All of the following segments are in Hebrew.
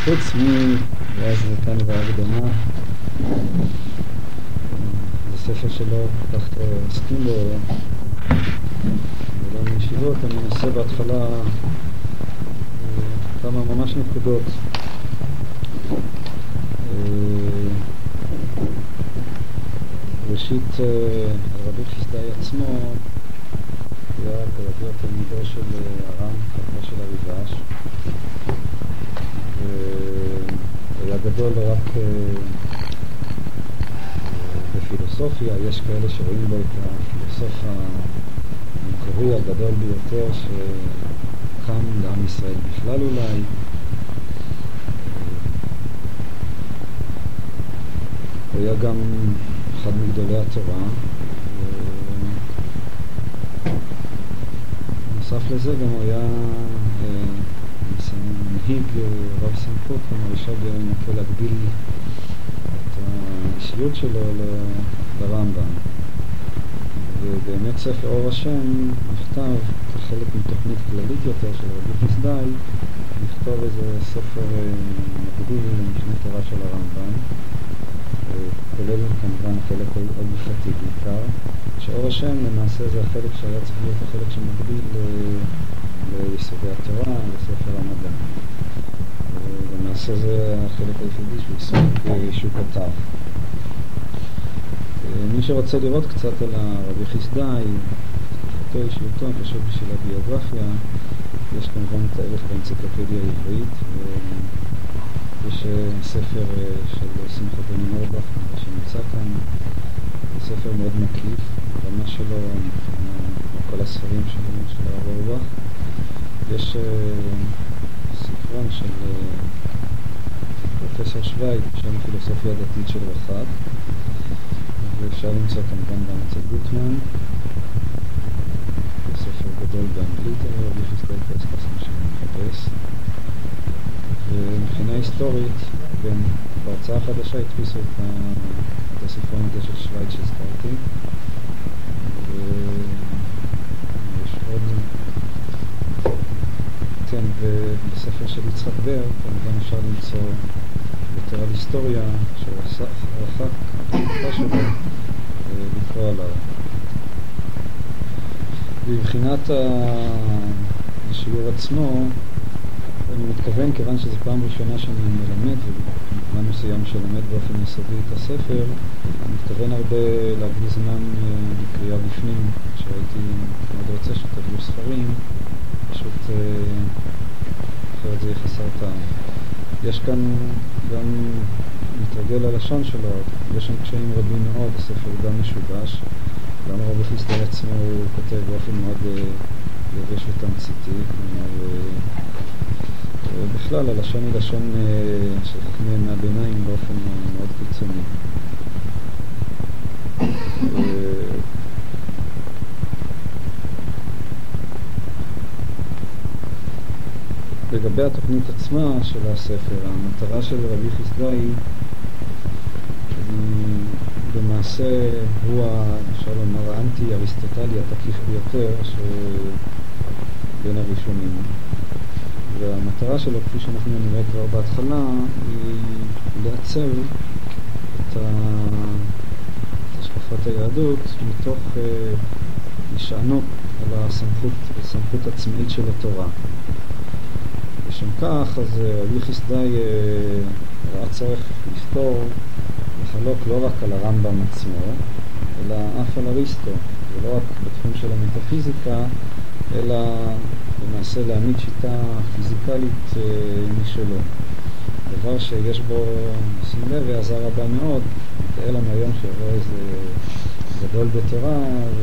חוץ ואז כאן בהקדמה, זה ספר שלא כל כך עוסקים בו, ולא מישיבות, אני אנסה בהתחלה כמה ממש נקודות. ראשית, רבי חסדאי עצמו היה כרגיל תלמידו של הר"ן, חבר של הריב"ש, והיה גדול לא רק בפילוסופיה, יש כאלה שרואים בו את הפילוסוף המקורי הגדול ביותר שקם לעם ישראל בכלל אולי. הוא היה גם אחד מגדולי התורה. נוסף לזה גם הוא היה מנהיג רב סמכות, כלומר אישה במקרה להגביל את האישיות שלו לרמב"ם. ובאמת ספר אור השם נכתב כחלק מתוכנית כללית יותר של רבי חסדאי, לכתוב איזה ספר מקביל למשנה תורה של הרמב"ם, כולל כמובן החלק ההלכתי בעיקר, שאור השם למעשה זה החלק שהיה צריך להיות החלק שמקביל ליסודי התורה, לספר המדע. למעשה זה החלק היחידי שהוא כתב. מי שרוצה לראות קצת על רבי חסדאי, תקופתו אישיותו, פשוט בשביל הביוגרפיה, יש כמובן את הערך באנציקלופדיה העברית, יש ספר של שמחה בן אורבך שנמצא כאן, ספר מאוד מקיף, רמה שלו, כל הספרים של הרב אורבך. יש ספרון של פרופסור שווייט, בשם פילוסופיה דתית של רח"ט, ואפשר למצוא כמובן גם אצל גוטמן, ספר גדול באנגלית, רבי חסדאי פסקס, מה שאני מחפש. ומבחינה היסטורית, גם בהרצאה החדשה הדפיסו את הספרון הזה של שווייט שהזכרתי. ויש עוד, כן, ובספר של יצחק בר, כמובן אפשר למצוא יותר על היסטוריה של רח"ט, התקופה שלו, לקרוא עליו. מבחינת השיעור עצמו, אני מתכוון, כיוון שזו פעם ראשונה שאני מלמד, ובזמן מסוים שלמד באופן יסודי את הספר, אני מתכוון הרבה להביא זמן לקריאה בפנים, שהייתי מאוד רוצה שתביאו ספרים, פשוט אחרת זה יהיה חסר טעם. יש כאן גם מתרגל הלשון שלו, יש שם קשיים רבים מאוד, הספר גם משובש, גם רבי חסדאי עצמו הוא כותב באופן מאוד יבש ותמציתי, כלומר בכלל הלשון היא לשון של חכמי ימי הביניים באופן מאוד קיצוני. לגבי התוכנית עצמה של הספר, המטרה של רבי חסדאי למעשה הוא, אפשר לומר, האנטי-אריסטוטלי התקיף ביותר בין הראשונים. והמטרה שלו, כפי שאנחנו נראה כבר בהתחלה, היא לעצב את השקפת היהדות מתוך נשענות על הסמכות עצמאית של התורה. ושם כך, אז רבי חסדאי ראה צורך לפתור לחלוק לא רק על הרמב"ם עצמו, אלא אף על אריסטו, ולא רק בתחום של המטאפיזיקה, אלא למעשה להעמיד שיטה פיזיקלית משלו. דבר שיש בו, שים לב, ועזר רבה מאוד, מתאר לנו היום שיבוא איזה גדול בתורה,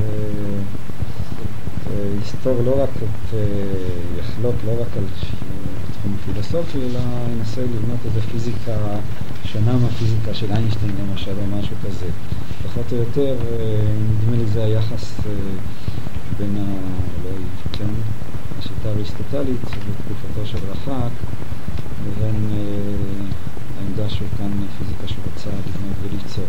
ויסתור לא רק יחלוק לא רק על תחום פילוסופי, אלא ינסה לבנות איזו פיזיקה שונה מהפיזיקה של איינשטיין למשל או משהו כזה. פחות או יותר, נדמה לי זה היחס בין השיטה האריסטוטלית בתקופתו של רח"ט לבין העמדה שהוא כאן פיזיקה שהוא רצה לבנות וליצור.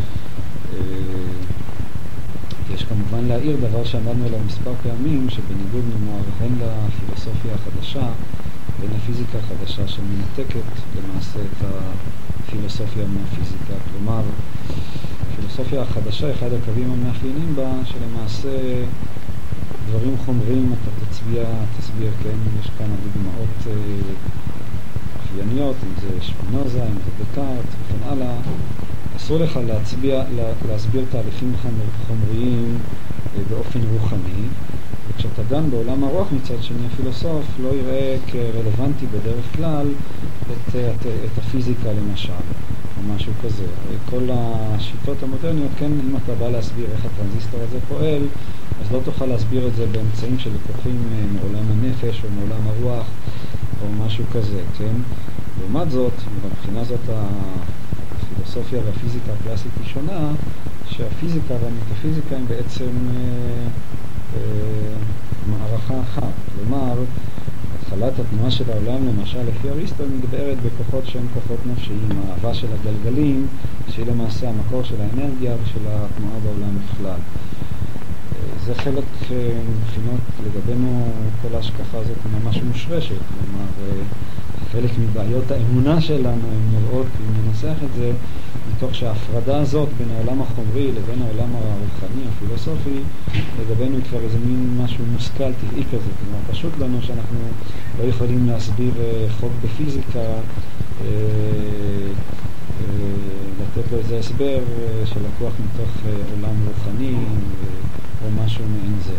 יש כמובן להעיר דבר שעמדנו עליו מספר פעמים, שבניגוד נאמר הן לפילוסופיה החדשה בין הפיזיקה החדשה שמנתקת למעשה את הפילוסופיה מהפיזיקה. כלומר, הפילוסופיה החדשה, אחד הקווים המאפיינים בה, שלמעשה דברים חומריים אתה תסביר, כן, יש כמה דוגמאות אחייניות, אם זה שפינוזה, אם זה דקארט וכן הלאה. אסור לך להסביר תהליכים חומריים באופן רוחני, וכשאתה דן בעולם הרוח מצד שני, הפילוסוף לא יראה כרלוונטי בדרך כלל את הפיזיקה למשל, או משהו כזה. כל השיטות המודרניות, כן, אם אתה בא להסביר איך הטרנזיסטור הזה פועל, אז לא תוכל להסביר את זה באמצעים של לקוחים מעולם הנפש או מעולם הרוח או משהו כזה, כן? לעומת זאת, מבחינה זאת הפילוסופיה והפיזיקה הקלאסית היא שונה, שהפיזיקה והמטאפיזיקה הם בעצם מערכה אחת. כלומר, התחלת התנועה של העולם, למשל לפי אריסטו, מדברת בכוחות שהם כוחות נפשיים, האהבה של הגלגלים, שהיא למעשה המקור של האנרגיה ושל התנועה בעולם בכלל. זה חלק מבחינות לגבינו, כל ההשקפה הזאת היא ממש מושרשת. כלומר, חלק מבעיות האמונה שלנו, אם נראות, אם ננסח את זה, מתוך שההפרדה הזאת בין העולם החומרי לבין העולם הרוחני, הפילוסופי, לגבינו היא כבר איזה מין משהו מושכל, טבעי כזה. כלומר, פשוט לנו שאנחנו לא יכולים להסביר חוק בפיזיקה, לתת לו איזה הסבר שלקוח מתוך עולם רוחני או משהו מעין זה.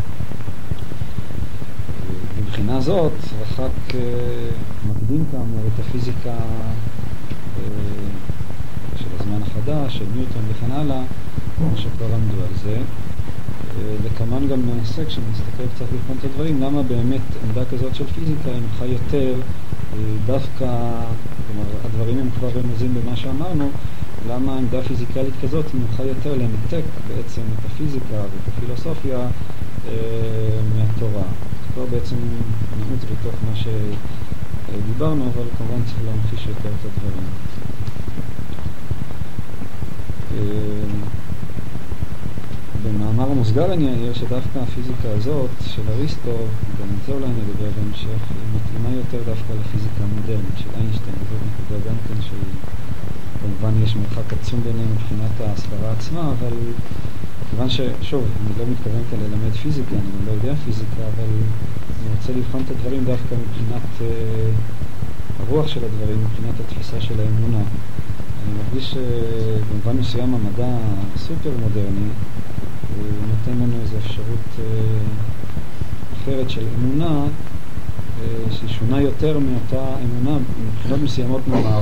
מבחינה זאת, רחק מקדים כאמור את הפיזיקה של הזמן החדש, של ניוטון וכן הלאה, כמו שכבר עמדו על זה. וכמובן גם נעשה, כשנסתכל קצת לבחון את הדברים, למה באמת עמדה כזאת של פיזיקה היא נוחה יותר, דווקא, כלומר, הדברים הם כבר רמזים במה שאמרנו, למה עמדה פיזיקלית כזאת היא נוחה יותר לנתק בעצם את הפיזיקה ואת הפילוסופיה מהתורה. כבר בעצם נעוץ בתוך מה שדיברנו, אבל כמובן צריך להמחיש יותר את הדברים. במאמר מוסגר אני אעיר שדווקא הפיזיקה הזאת של אריסטו, גם את זה אולי נדבר בהמשך, היא מתאימה יותר דווקא לפיזיקה המודרנית של איינשטיין. זאת נקודה גם כן שכמובן יש מרחק עצום ביניהם מבחינת ההסברה עצמה, אבל כיוון ששוב, אני לא מתכוון כאן ללמד פיזיקה, אני גם לא יודע פיזיקה, אבל אני רוצה לבחון את הדברים דווקא מבחינת הרוח של הדברים, מבחינת התפיסה של האמונה. אני מרגיש שבמובן מסוים המדע הסופר מודרני הוא נותן לנו איזו אפשרות אחרת של אמונה שהיא שונה יותר מאותה אמונה. מבחינות מסוימות נאמר,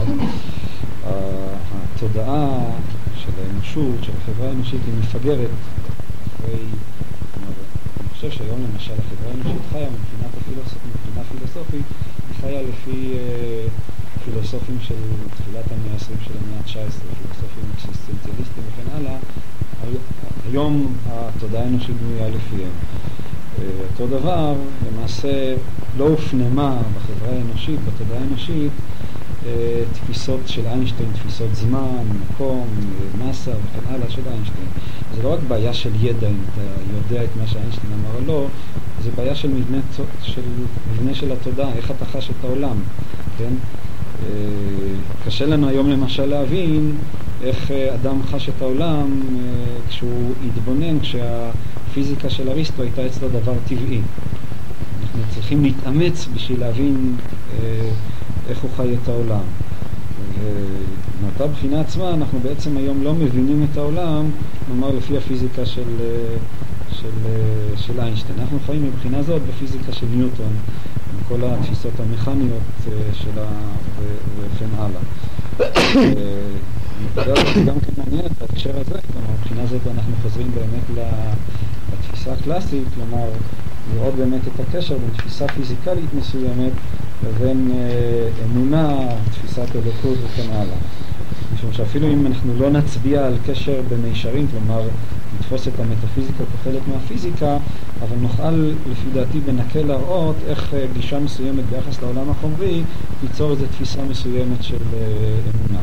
התודעה של האנושות, של החברה האנושית היא מפגרת אחרי, אני חושב שהיום למשל החברה האנושית חיה מבחינה פילוסופית, היא חיה לפי פילוסופים של תחילת המאה ה-20 של המאה ה-19, פילוסופים אקסיסטנציאליסטים וכן הלאה. היום התודעה האנושית בנויה לפיהם. אותו דבר, למעשה לא הופנמה בחברה האנושית, בתודעה האנושית, תפיסות של איינשטיין, תפיסות זמן, מקום, מסה וכן הלאה של איינשטיין. זה לא רק בעיה של ידע, אם אתה יודע את מה שאיינשטיין אמר או לא, זה בעיה של מבנה של התודעה, איך אתה חש את העולם, כן? קשה לנו היום למשל להבין איך אדם חש את העולם כשהוא התבונן, כשהפיזיקה של אריסטו הייתה אצלו דבר טבעי. אנחנו צריכים להתאמץ בשביל להבין איך הוא חי את העולם. ומאותה בחינה עצמה אנחנו בעצם היום לא מבינים את העולם, נאמר לפי הפיזיקה של איינשטיין. אנחנו חיים מבחינה זאת בפיזיקה של ניוטון, עם כל התפיסות המכניות שלה וכן הלאה. הנקודה הזאת גם כן מעניינת בהקשר הזה, כלומר מבחינה זאת אנחנו חוזרים באמת לתפיסה הקלאסית, כלומר לראות באמת את הקשר בין תפיסה פיזיקלית מסוימת לבין אמונה, תפיסת אלוקות וכן הלאה. משום שאפילו אם אנחנו לא נצביע על קשר במישרין, כלומר נתפוס את המטאפיזיקה כחלק מהפיזיקה, אבל נוכל לפי דעתי בנקל להראות איך גישה מסוימת ביחס לעולם החומרי ליצור איזו תפיסה מסוימת של אמונה.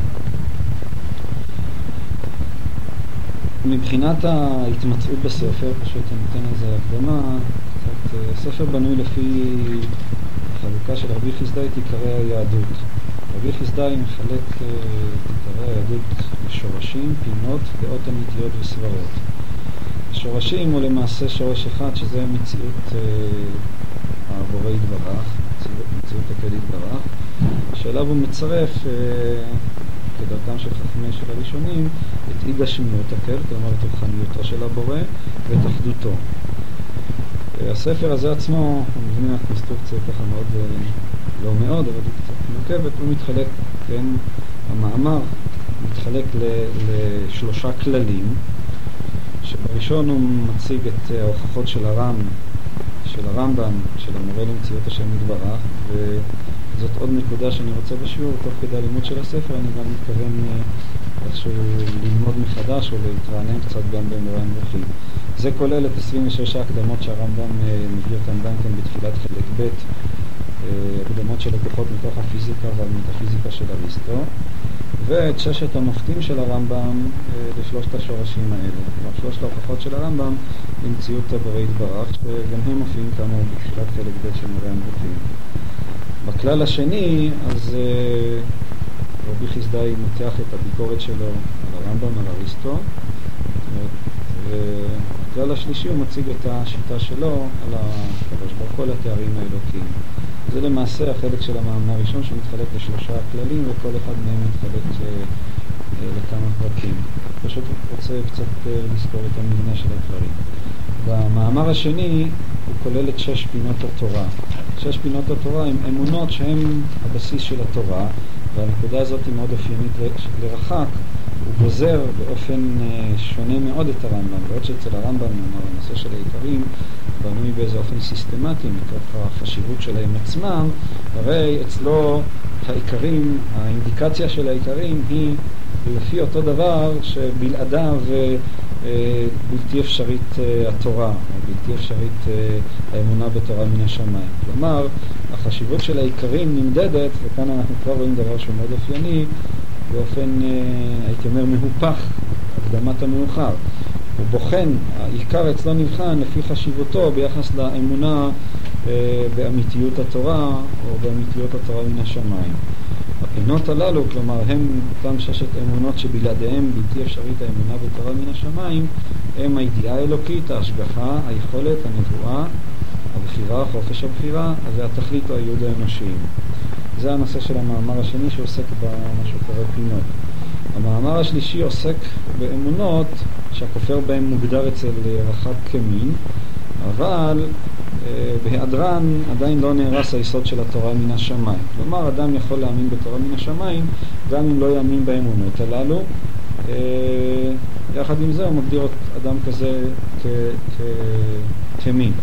מבחינת ההתמצאות בספר, פשוט אני אתן איזה הקדמה, הספר בנוי לפי החלוקה של רבי חסדאי את עיקרי היהדות. רבי חסדאי מחלק את עיקרי היהדות לשורשים, פינות, דעות אמיתיות וסברות. השורשים הוא למעשה שורש אחד, שזה מציאות הבורא יתברך, מציאות הקל יתברך, שאליו הוא מצרף, כדרכם של חכמי של הראשונים, את אי גשמיות הקל, כלומר את רוחניותו של הבורא ואת אחדותו. הספר הזה עצמו, הוא מבנה הקונסטרוקציה ככה מאוד, לא מאוד, אבל היא קצת מורכבת, הוא מתחלק, כן, המאמר מתחלק לשלושה כללים, שבראשון הוא מציג את ההוכחות של הרמב"ם, של המורה למציאות השם יתברך, וזאת עוד נקודה שאני רוצה בשיעור, תוך כדי הלימוד של הספר, אני גם מתכוון איכשהו ללמוד מחדש או להתרענן קצת גם במורה הנבוכים. זה כולל את 26 הקדמות שהרמב"ם מביא אותם גם כן בתחילת חלק ב', הקדמות של לקוחות מתוך הפיזיקה והמטאפיזיקה של אריסטו, ואת 6 המופתים של הרמב"ם לשלושת השורשים האלה. כלומר, 3 ההוכחות של הרמב"ם למציאות הבורא יתברך, שגם הם מופיעים כאמור בתחילת חלק ב' של מורה הנבוכים. בכלל השני, אז רבי חסדאי מותח את הביקורת שלו על הרמב"ם, על אריסטו, ובכלל השלישי הוא מציג את השיטה שלו על הקדוש ברוך הוא, על התארים האלוקיים. זה למעשה החלק של המאמר הראשון שמתחלק לשלושה כללים, וכל אחד מהם מתחלק לכמה פרקים. פשוט רוצה קצת לזכור את המבנה של הדברים. במאמר השני הוא כולל את 6 פינות התורה. 6 פינות התורה הן אמונות שהן הבסיס של התורה, והנקודה הזאת היא מאוד אופיינית לרחק. הוא גוזר באופן שונה מאוד את הרמב"ם, ועוד שאצל הרמב"ם, הנושא של העיקרים, בנוי באיזה אופן סיסטמטי מתוך החשיבות שלהם עצמם, הרי אצלו העיקרים, האינדיקציה של העיקרים היא לפי אותו דבר שבלעדיו בלתי אפשרית התורה, או בלתי אפשרית האמונה בתורה מן השמיים. כלומר, החשיבות של העיקרים נמדדת, וכאן אנחנו כבר רואים דבר שהוא מאוד אופייני, באופן, הייתי אומר, מהופך, הקדמת המאוחר. הוא בוחן, העיקר אצלו נבחן לפי חשיבותו ביחס לאמונה באמיתיות התורה, או באמיתיות התורה מן השמיים. הפינות הללו, כלומר, הם אותם 6 אמונות שבלעדיהם בלתי אפשרית האמונה בתורה מן השמיים, הם הידיעה האלוקית, ההשגחה, היכולת, הנבואה, הבחירה, חופש הבחירה, והתכלית או הייעוד האנושיים. זה הנושא של המאמר השני שעוסק במה שקורא פינות. המאמר השלישי עוסק באמונות שהכופר בהם מוגדר אצל רחק כמין, אבל בהיעדרן עדיין לא נהרס היסוד של התורה מן השמיים. כלומר, אדם יכול להאמין בתורה מן השמיים גם אם לא יאמין באמונות הללו. יחד עם זה הוא מגדיר אדם כזה כמין.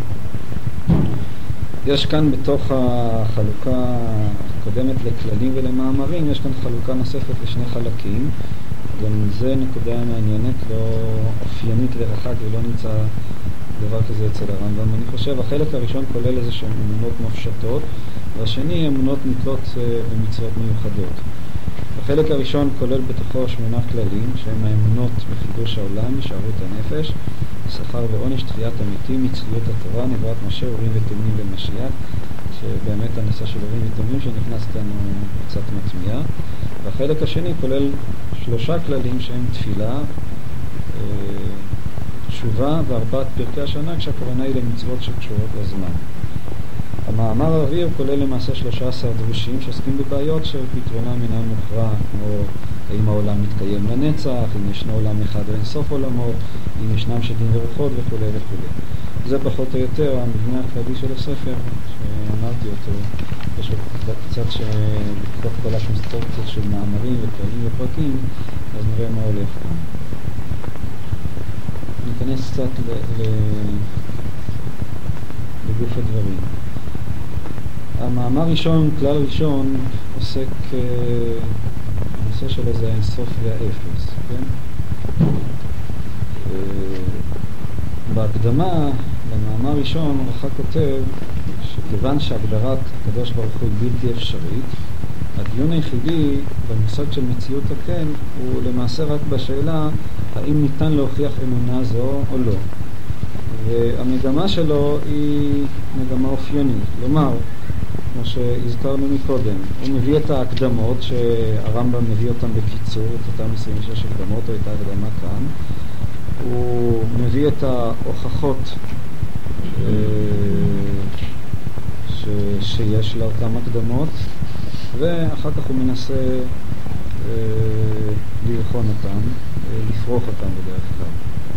יש כאן בתוך החלוקה הקודמת לכללים ולמאמרים, יש כאן חלוקה נוספת לשני חלקים. גם זה נקודה מעניינת, לא אופיינית לרחק ולא נמצא דבר כזה אצל הרמב"ם. אני חושב, החלק הראשון כולל איזה שהן אמונות מופשטות, והשני אמונות נתלות במצוות מיוחדות. החלק הראשון כולל בתוכו 8 כללים, שהם האמונות בחידוש העולם, הישארות הנפש, שכר ועונש, תחיית המתים, מצחיות התורה, נבואת משה, אורים ותומים ומשיח, שבאמת הנושא של אורים ותומים שנכנס כאן הוא קצת מטמיע. והחלק השני כולל 3 כללים שהם תפילה, תשובה ו4 פרקי השנה, כשהכוונה היא למצוות שקשורות לזמן. המאמר הרביעי הוא כולל למעשה 13 דרושים שעוסקים בבעיות שפתרונם אינם מוכרע, כמו האם העולם מתקיים לנצח, אם ישנו עולם אחד או אין סוף עולמות, אם ישנם שדים ורוחות וכו' וכו'. זה פחות או יותר המבנה הכללי של הספר, שאמרתי אותו, יש קצת שבתוך כל הקונסטרוקציות של מאמרים וכללים ופרקים, אז נראה מה הולך. ניכנס קצת לגוף הדברים. המאמר ראשון, כלל ראשון, עוסק הנושא שלו זה האינסוף והאפס, כן? בהקדמה, במאמר ראשון, רחק כותב שכיוון שהגדרת הקדוש ברוך הוא בלתי אפשרית, הדיון היחידי במושג של מציאות הקן הוא למעשה רק בשאלה האם ניתן להוכיח אמונה זו או לא. והמגמה שלו היא מגמה אופיינית. כלומר, כמו שהזכרנו מקודם. הוא מביא את ההקדמות שהרמב"ם מביא אותם בקיצור, את אותם 26 הקדמות או את ההקדמה כאן. הוא מביא את ההוכחות שיש לאותם הקדמות, ואחר כך הוא מנסה לבחון אותם, לפרוח אותם בדרך כלל.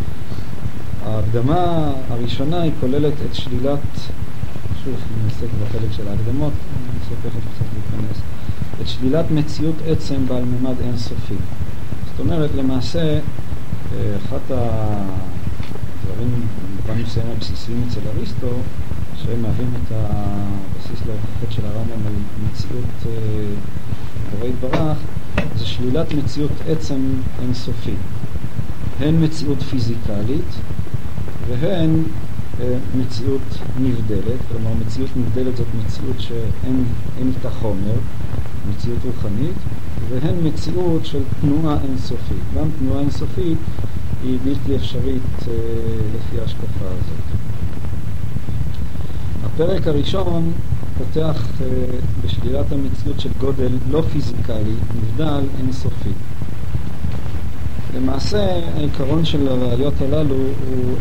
ההקדמה הראשונה היא כוללת את שלילת, שוב, אני עוסק בחלק של ההקדמות, אני אנסה תכף קצת להיכנס, את שלילת מציאות עצם בעל ממד אינסופי. זאת אומרת, למעשה, אחת הדברים במובן מסוים הבסיסיים אצל אריסטו, שהם מהווים את הבסיס להוכחות של הרמב"ם על מציאות בורא יתברך, זה שלילת מציאות עצם אינסופי. הן מציאות פיזיקלית והן מציאות נבדלת. כלומר, מציאות נבדלת זאת מציאות שאין איתה חומר, מציאות רוחנית, והן מציאות של תנועה אינסופית. גם תנועה אינסופית היא בלתי אפשרית לפי ההשקפה הזאת. הפרק הראשון פותח בשלילת המציאות של גודל לא פיזיקלי, נבדל אינסופי. למעשה העיקרון של הראיות הללו הוא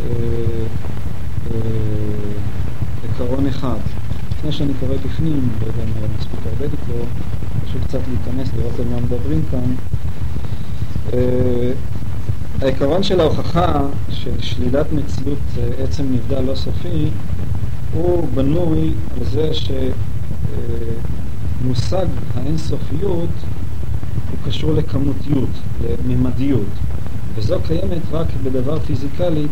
עיקרון אחד. לפני שאני קורא בפנים, וגם מספיק הרבה לקרוא, פשוט קצת להיכנס לראות על מה מדברים כאן. העיקרון של ההוכחה של שלילת מציאות עצם נבדל לא סופי הוא בנוי על זה שמושג האינסופיות הוא קשור לכמותיות, לממדיות, וזו קיימת רק בדבר פיזיקלי,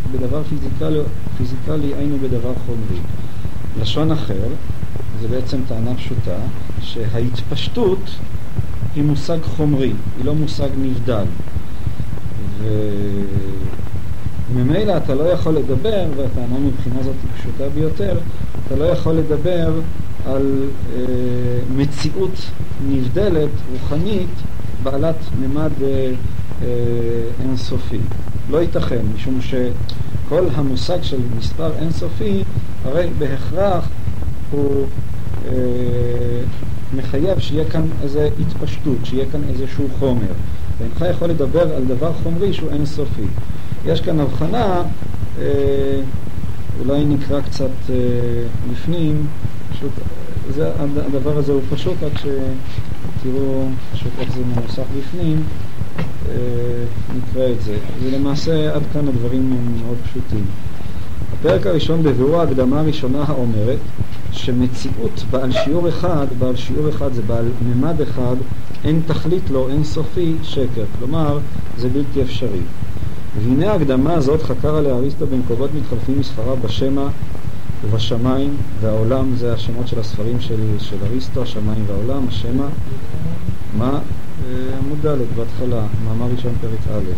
היינו בדבר חומרי. לשון אחר, זה בעצם טענה פשוטה, שההתפשטות היא מושג חומרי, היא לא מושג נבדל. וממילא אתה לא יכול לדבר, והטענה מבחינה זאת היא פשוטה ביותר, אתה לא יכול לדבר על מציאות נבדלת, רוחנית, בעלת ממד אינסופי. לא ייתכן, משום שכל המושג של מספר אינסופי, הרי בהכרח הוא מחייב שיהיה כאן איזו התפשטות, שיהיה כאן איזשהו חומר. ואינך יכול לדבר על דבר חומרי שהוא אינסופי. יש כאן הבחנה, אולי נקרא קצת לפנים, פשוט, הדבר הזה הוא פשוט, רק שתראו פשוט איך זה מנוסח בפנים, נקרא את זה. ולמעשה עד כאן הדברים הם מאוד פשוטים. הפרק הראשון בביאור ההקדמה הראשונה האומרת שמציאות בעל שיעור אחד זה בעל ממד אחד, אין תכלית לו, אין סופי, שקר. כלומר, זה בלתי אפשרי. והנה ההקדמה הזאת חקר עליה אריסטו במקומות מתחלפים מספרה בשמה ובשמיים והעולם, זה השמות של הספרים של אריסטו, השמיים והעולם, השמה, מה? עמוד ד' בהתחלה, מאמר ראשון פרק א'.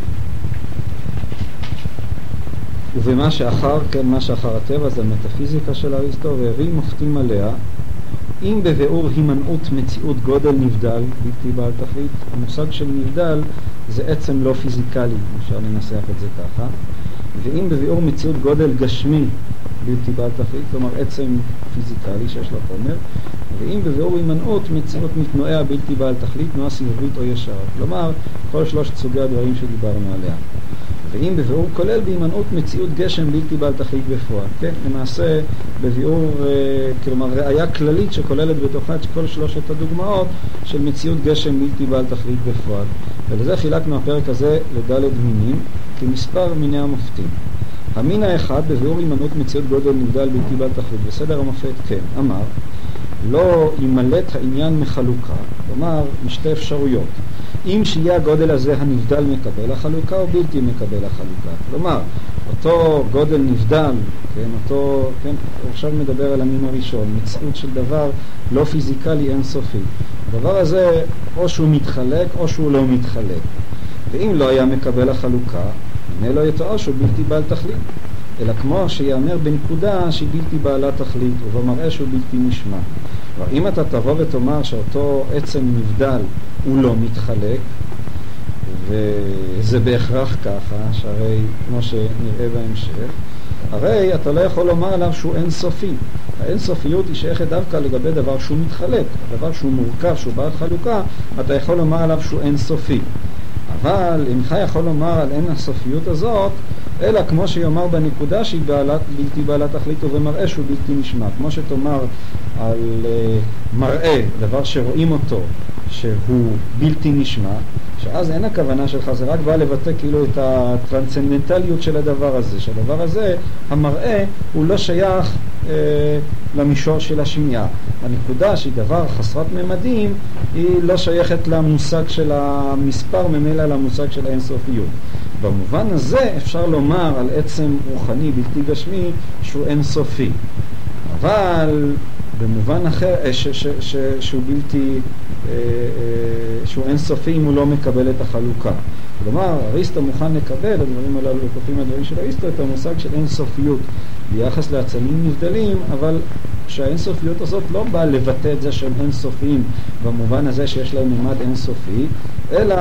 ובמה שאחר, כן, מה שאחר הטבע זה המטאפיזיקה של אריסטו, והביא מופתים עליה, אם בביאור הימנעות מציאות גודל נבדל, בלתי בעל תכלית, המושג של נבדל זה עצם לא פיזיקלי, אפשר לנסח את זה ככה, ואם בביאור מציאות גודל גשמי, בלתי בעל תכלית, כלומר עצם פיזיקלי שיש לה חומר, ואם בביאור הימנעות מציאות מתנועע בלתי בעל תכלית, תנועה סיבובית או ישרה, כלומר כל שלושת סוגי הדברים שדיברנו עליה. ואם בביאור כולל בהימנעות מציאות גשם בלתי בעל תכלית בפועל. כן, למעשה בביאור, כלומר ראיה כללית שכוללת בתוכה את כל שלושת הדוגמאות של מציאות גשם בלתי בעל תכלית בפועל. ולזה חילקנו הפרק הזה לדלת מינים, כמספר מיני המופתים. המין האחד בביאור הימנעות מציאות גודל נבדל בלתי בעל תכלית. בסדר המופת, כן, אמר, לא ימלט העניין מחלוקה, כלומר משתי אפשרויות. אם שיהיה הגודל הזה הנבדל מקבל החלוקה או בלתי מקבל החלוקה. כלומר, אותו גודל נבדל, כן, אותו, כן, הוא עכשיו מדבר על המין הראשון, מציאות של דבר לא פיזיקלי אינסופי. הדבר הזה או שהוא מתחלק או שהוא לא מתחלק. ואם לא היה מקבל החלוקה, הנה לא יתואר שהוא בלתי בעל תכלית. אלא כמו שיאמר בנקודה שהיא בלתי בעלת תכלית ובמראה שהוא בלתי נשמע. אם אתה תבוא ותאמר שאותו עצם נבדל הוא לא מתחלק, וזה בהכרח ככה, שהרי כמו שנראה בהמשך, הרי אתה לא יכול לומר עליו שהוא אינסופי. האינסופיות היא שייכת דווקא לגבי דבר שהוא מתחלק, דבר שהוא מורכב, שהוא בעל חלוקה, אתה יכול לומר עליו שהוא אינסופי. אבל אינך יכול לומר על אין הסופיות הזאת, אלא כמו שיאמר בנקודה שהיא בלתי בעלת תכלית ובמראה שהוא בלתי נשמע. כמו שתאמר על מראה, דבר שרואים אותו, שהוא בלתי נשמע, שאז אין הכוונה שלך, זה רק בא לבטא כאילו את הטרנסצנדנטליות של הדבר הזה, שהדבר הזה, המראה, הוא לא שייך למישור של השמיעה. הנקודה שהיא דבר חסרת ממדים, היא לא שייכת למושג של המספר, ממילא למושג של האינסופיות. במובן הזה אפשר לומר על עצם רוחני בלתי גשמי שהוא אינסופי. אבל במובן אחר, שהוא בלתי, שהוא אינסופי אם הוא לא מקבל את החלוקה. כלומר, אריסטו מוכן לקבל, הדברים הללו לקופים הדברים של אריסטו, את המושג של אינסופיות ביחס לעצמים נבדלים, אבל שהאינסופיות הזאת לא באה לבטא את זה שהם אינסופיים במובן הזה שיש להם ממד אינסופי, אלא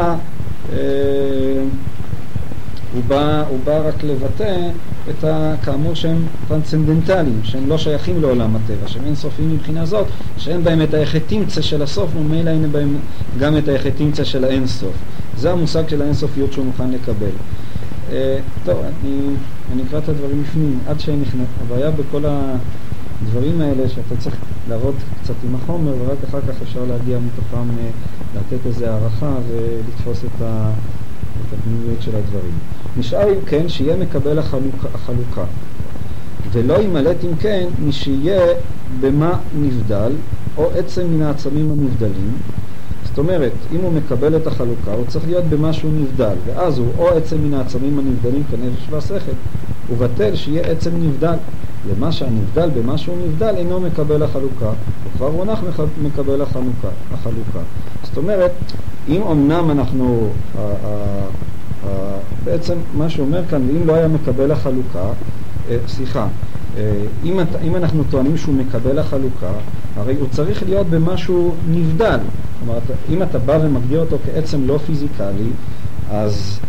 הוא בא רק לבטא את כאמור שהם טרנסצנדנטליים, שהם לא שייכים לעולם הטבע, שהם אינסופיים מבחינה זאת, שאין בהם את היחתימצה של הסוף, וממילא אין בהם גם את היחתימצה של האינסוף. זה המושג של האינסופיות שהוא מוכן לקבל. טוב, אני אקרא את הדברים לפנים, עד שנכנס. הבעיה בכל הדברים האלה שאתה צריך לעבוד קצת עם החומר, ורק אחר כך אפשר להגיע מתוכם, לתת איזו הערכה ולתפוס את הפנימיות של הדברים. נשאר אם כן שיהיה מקבל החלוקה, ולא ימלט אם כן מי שיהיה במה נבדל, או עצם מן העצמים הנבדלים. זאת אומרת, אם הוא מקבל את החלוקה, הוא צריך להיות במשהו נבדל, ואז הוא או עצם מן העצמים הנבדלים כנפש והשכל, הוא בטל שיהיה עצם נבדל. למה שהנבדל במשהו נבדל אינו מקבל החלוקה, וכבר הונח מקבל החלוקה. זאת אומרת, אם אמנם אנחנו, בעצם מה שאומר כאן, ואם לא היה מקבל החלוקה, אם אנחנו טוענים שהוא מקבל החלוקה, הרי הוא צריך להיות במשהו נבדל. זאת אומרת, אם אתה בא ומגדיר אותו כעצם לא פיזיקלי, אז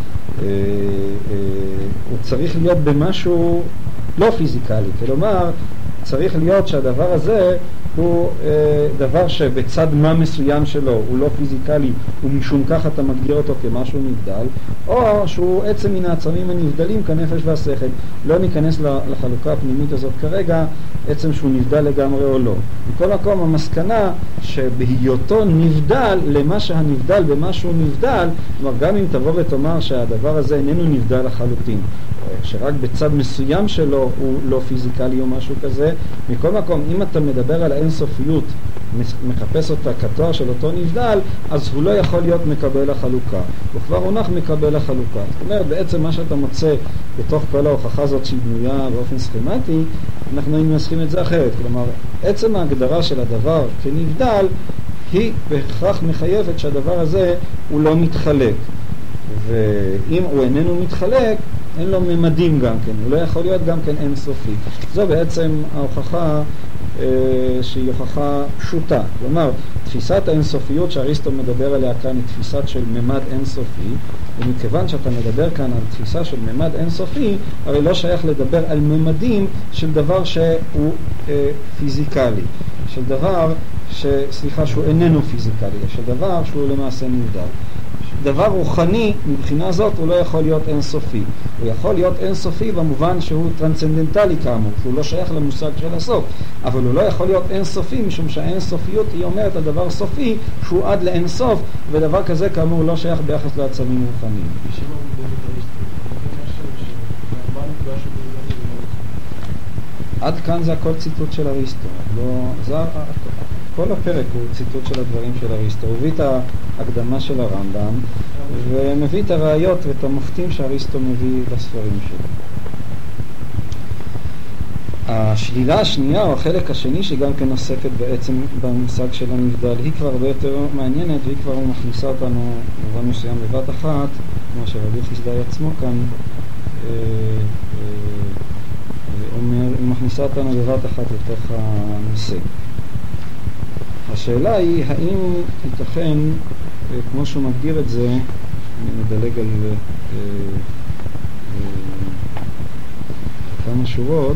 הוא צריך להיות במשהו לא פיזיקלי. כלומר, צריך להיות שהדבר הזה הוא דבר שבצד מה מסוים שלו הוא לא פיזיקלי, ומשום כך אתה מגדיר אותו כמשהו נבדל, או שהוא עצם מן העצמים הנבדלים כנפש והשכל. לא ניכנס לחלוקה הפנימית הזאת כרגע, עצם שהוא נבדל לגמרי או לא. בכל מקום המסקנה שבהיותו נבדל למה שהנבדל במה שהוא נבדל, כלומר גם אם תבוא ותאמר שהדבר הזה איננו נבדל לחלוטין, שרק בצד מסוים שלו הוא לא פיזיקלי או משהו כזה, מכל מקום אם אתה מדבר על האינסופיות, מחפש אותה כתואר של אותו נבדל, אז הוא לא יכול להיות מקבל החלוקה, הוא כבר הונח מקבל החלוקה. זאת אומרת, בעצם מה שאתה מוצא בתוך כל ההוכחה הזאת שהיא בנויה באופן סכמטי, אנחנו היינו מנסחים את זה אחרת. כלומר, עצם ההגדרה של הדבר כנבדל היא בהכרח מחייבת שהדבר הזה הוא לא מתחלק, ואם הוא איננו מתחלק אין לו ממדים גם כן, הוא לא יכול להיות גם כן אינסופי. זו בעצם ההוכחה שהיא הוכחה פשוטה. כלומר, תפיסת האינסופיות שאריסטו מדבר עליה כאן היא תפיסת של ממד אינסופי, ומכיוון שאתה מדבר כאן על תפיסה של ממד אינסופי, הרי לא שייך לדבר על ממדים של דבר שהוא פיזיקלי, של דבר שהוא איננו פיזיקלי, של דבר שהוא למעשה נבדל. דבר רוחני מבחינה זאת הוא לא יכול להיות אינסופי. הוא יכול להיות אינסופי במובן שהוא טרנסצנדנטלי כאמור, שהוא לא שייך למושג של הסוף, אבל הוא לא יכול להיות אינסופי משום שהאינסופיות היא אומרת על דבר סופי שהוא עד לאינסוף, ודבר כזה כאמור לא שייך ביחס לעצמים רוחניים. עד כאן זה הכל ציטוט של אריסטו. כל הפרק הוא ציטוט של הדברים של אריסטו. הוא הביא את ההקדמה של הרמב"ם ומביא את הראיות ואת המופתים שאריסטו מביא בספרים שלו. השלילה השנייה או החלק השני שגם כן עוסקת בעצם במושג של הנבדל, היא כבר הרבה יותר מעניינת, והיא כבר מכניסה אותנו במובן מסוים בבת אחת, כמו שרבי חסדאי עצמו כאן אומר, היא מכניסה אותנו בבת אחת לתוך הנושא. השאלה היא, האם ייתכן, כמו שהוא מגדיר את זה, אני מדלג על כמה שורות.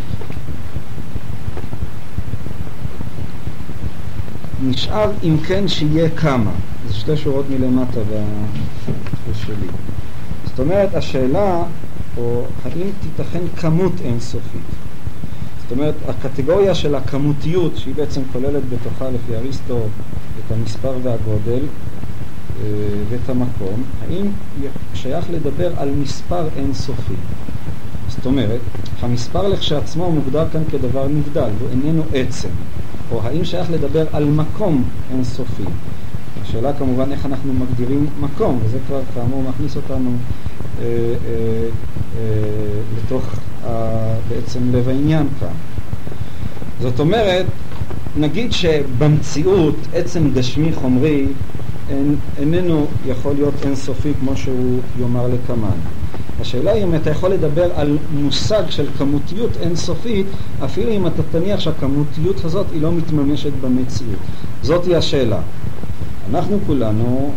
נשאר אם כן שיהיה כמה. זה 2 שורות מלמטה בדפוס שלי. זאת אומרת, השאלה, או האם תיתכן כמות אינסופית. זאת אומרת, הקטגוריה של הכמותיות, שהיא בעצם כוללת בתוכה לפי אריסטו את המספר והגודל ואת המקום, האם שייך לדבר על מספר אינסופי. זאת אומרת, המספר לכשעצמו מוגדר כאן כדבר נבדל, הוא איננו עצם. או האם שייך לדבר על מקום אינסופי. השאלה כמובן איך אנחנו מגדירים מקום, וזה כבר כאמור מכניס אותנו לתוך בעצם לב העניין כאן. זאת אומרת, נגיד שבמציאות עצם גשמי חומרי איננו יכול להיות אינסופי כמו שהוא יאמר לקמן. השאלה היא אם אתה יכול לדבר על מושג של כמותיות אינסופית, אפילו אם אתה תניח שהכמותיות הזאת היא לא מתממשת במציאות. זאת היא השאלה. אנחנו כולנו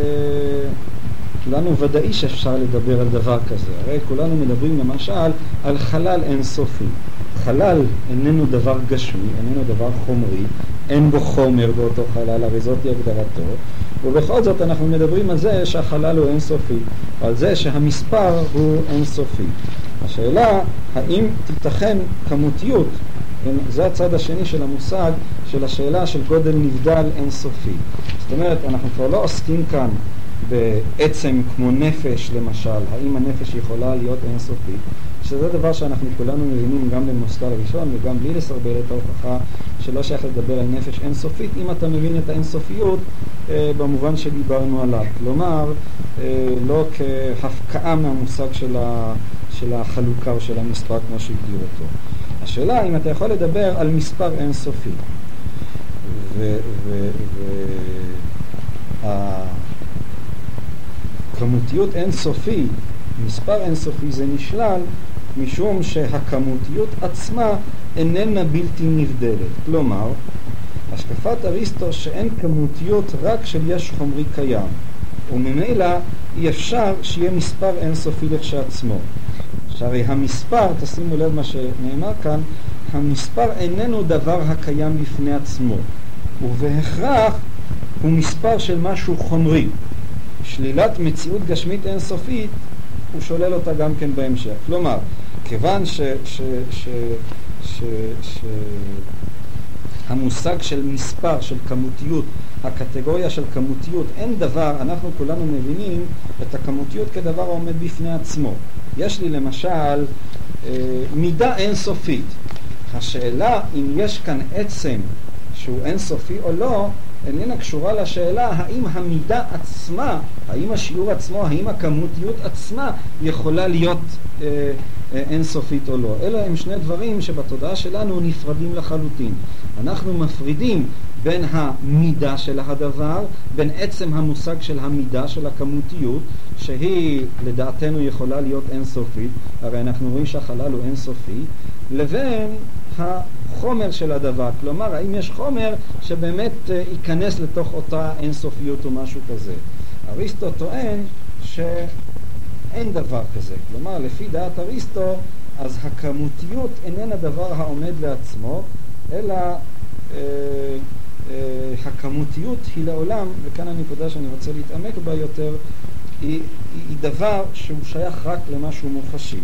ודאי שאפשר לדבר על דבר כזה. הרי כולנו מדברים למשל על חלל אינסופי. חלל איננו דבר גשמי, איננו דבר חומרי, אין בו חומר באותו חלל, הרי זאת היא הגדרתו. ובכל זאת אנחנו מדברים על זה שהחלל הוא אינסופי, על זה שהמספר הוא אינסופי. השאלה, האם תיתכן כמותיות, זה הצד השני של המושג של השאלה של גודל נבדל אינסופי. זאת אומרת, אנחנו כבר לא עוסקים כאן בעצם כמו נפש למשל, האם הנפש יכולה להיות אינסופית, שזה דבר שאנחנו כולנו מבינים גם במושכל הראשון וגם בלי לסרבל את ההוכחה שלא שייך לדבר על נפש אינסופית, אם אתה מבין את האינסופיות במובן שדיברנו עליו. כלומר, לא כהפקעה מהמושג של החלוקה או של המספר כמו שהגדיר אותו. השאלה אם אתה יכול לדבר על מספר אינסופי. הכמותיות אינסופי, מספר אינסופי, זה נשלל משום שהכמותיות עצמה איננה בלתי נבדלת. כלומר, השקפת אריסטו שאין כמותיות רק של יש חומרי קיים, וממילא אי אפשר שיהיה מספר אינסופי לכשעצמו. שהרי המספר, תשימו לב מה שנאמר כאן, המספר איננו דבר הקיים בפני עצמו, ובהכרח הוא מספר של משהו חומרי. שלילת מציאות גשמית אינסופית, הוא שולל אותה גם כן בהמשך. כלומר, כיוון המושג של מספר, של כמותיות, הקטגוריה של כמותיות, אין דבר, אנחנו כולנו מבינים את הכמותיות כדבר העומד בפני עצמו. יש לי למשל מידה אינסופית. השאלה אם יש כאן עצם שהוא אינסופי או לא, איננה קשורה לשאלה האם המידה עצמה, האם השיעור עצמו, האם הכמותיות עצמה יכולה להיות אינסופית או לא. אלה הם שני דברים שבתודעה שלנו נפרדים לחלוטין. אנחנו מפרידים בין המידה של הדבר, בין עצם המושג של המידה של הכמותיות, שהיא לדעתנו יכולה להיות אינסופית, הרי אנחנו רואים שהחלל הוא אינסופי, לבין החומר של הדבר. כלומר, האם יש חומר שבאמת ייכנס לתוך אותה אינסופיות או משהו כזה. אריסטו טוען שאין דבר כזה. כלומר, לפי דעת אריסטו, אז הכמותיות איננה דבר העומד לעצמו, אלא הכמותיות היא לעולם, וכאן הנקודה שאני רוצה להתעמק בה יותר, היא דבר שהוא שייך רק למשהו מוחשי.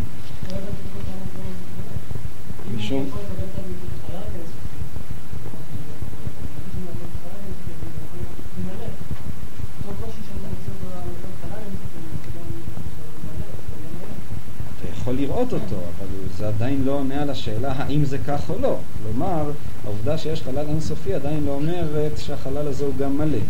משום יכול לראות אותו, אבל זה עדיין לא עונה על השאלה האם זה כך או לא. כלומר, העובדה שיש חלל אינסופי עדיין לא אומרת שהחלל הזה הוא גם מלא.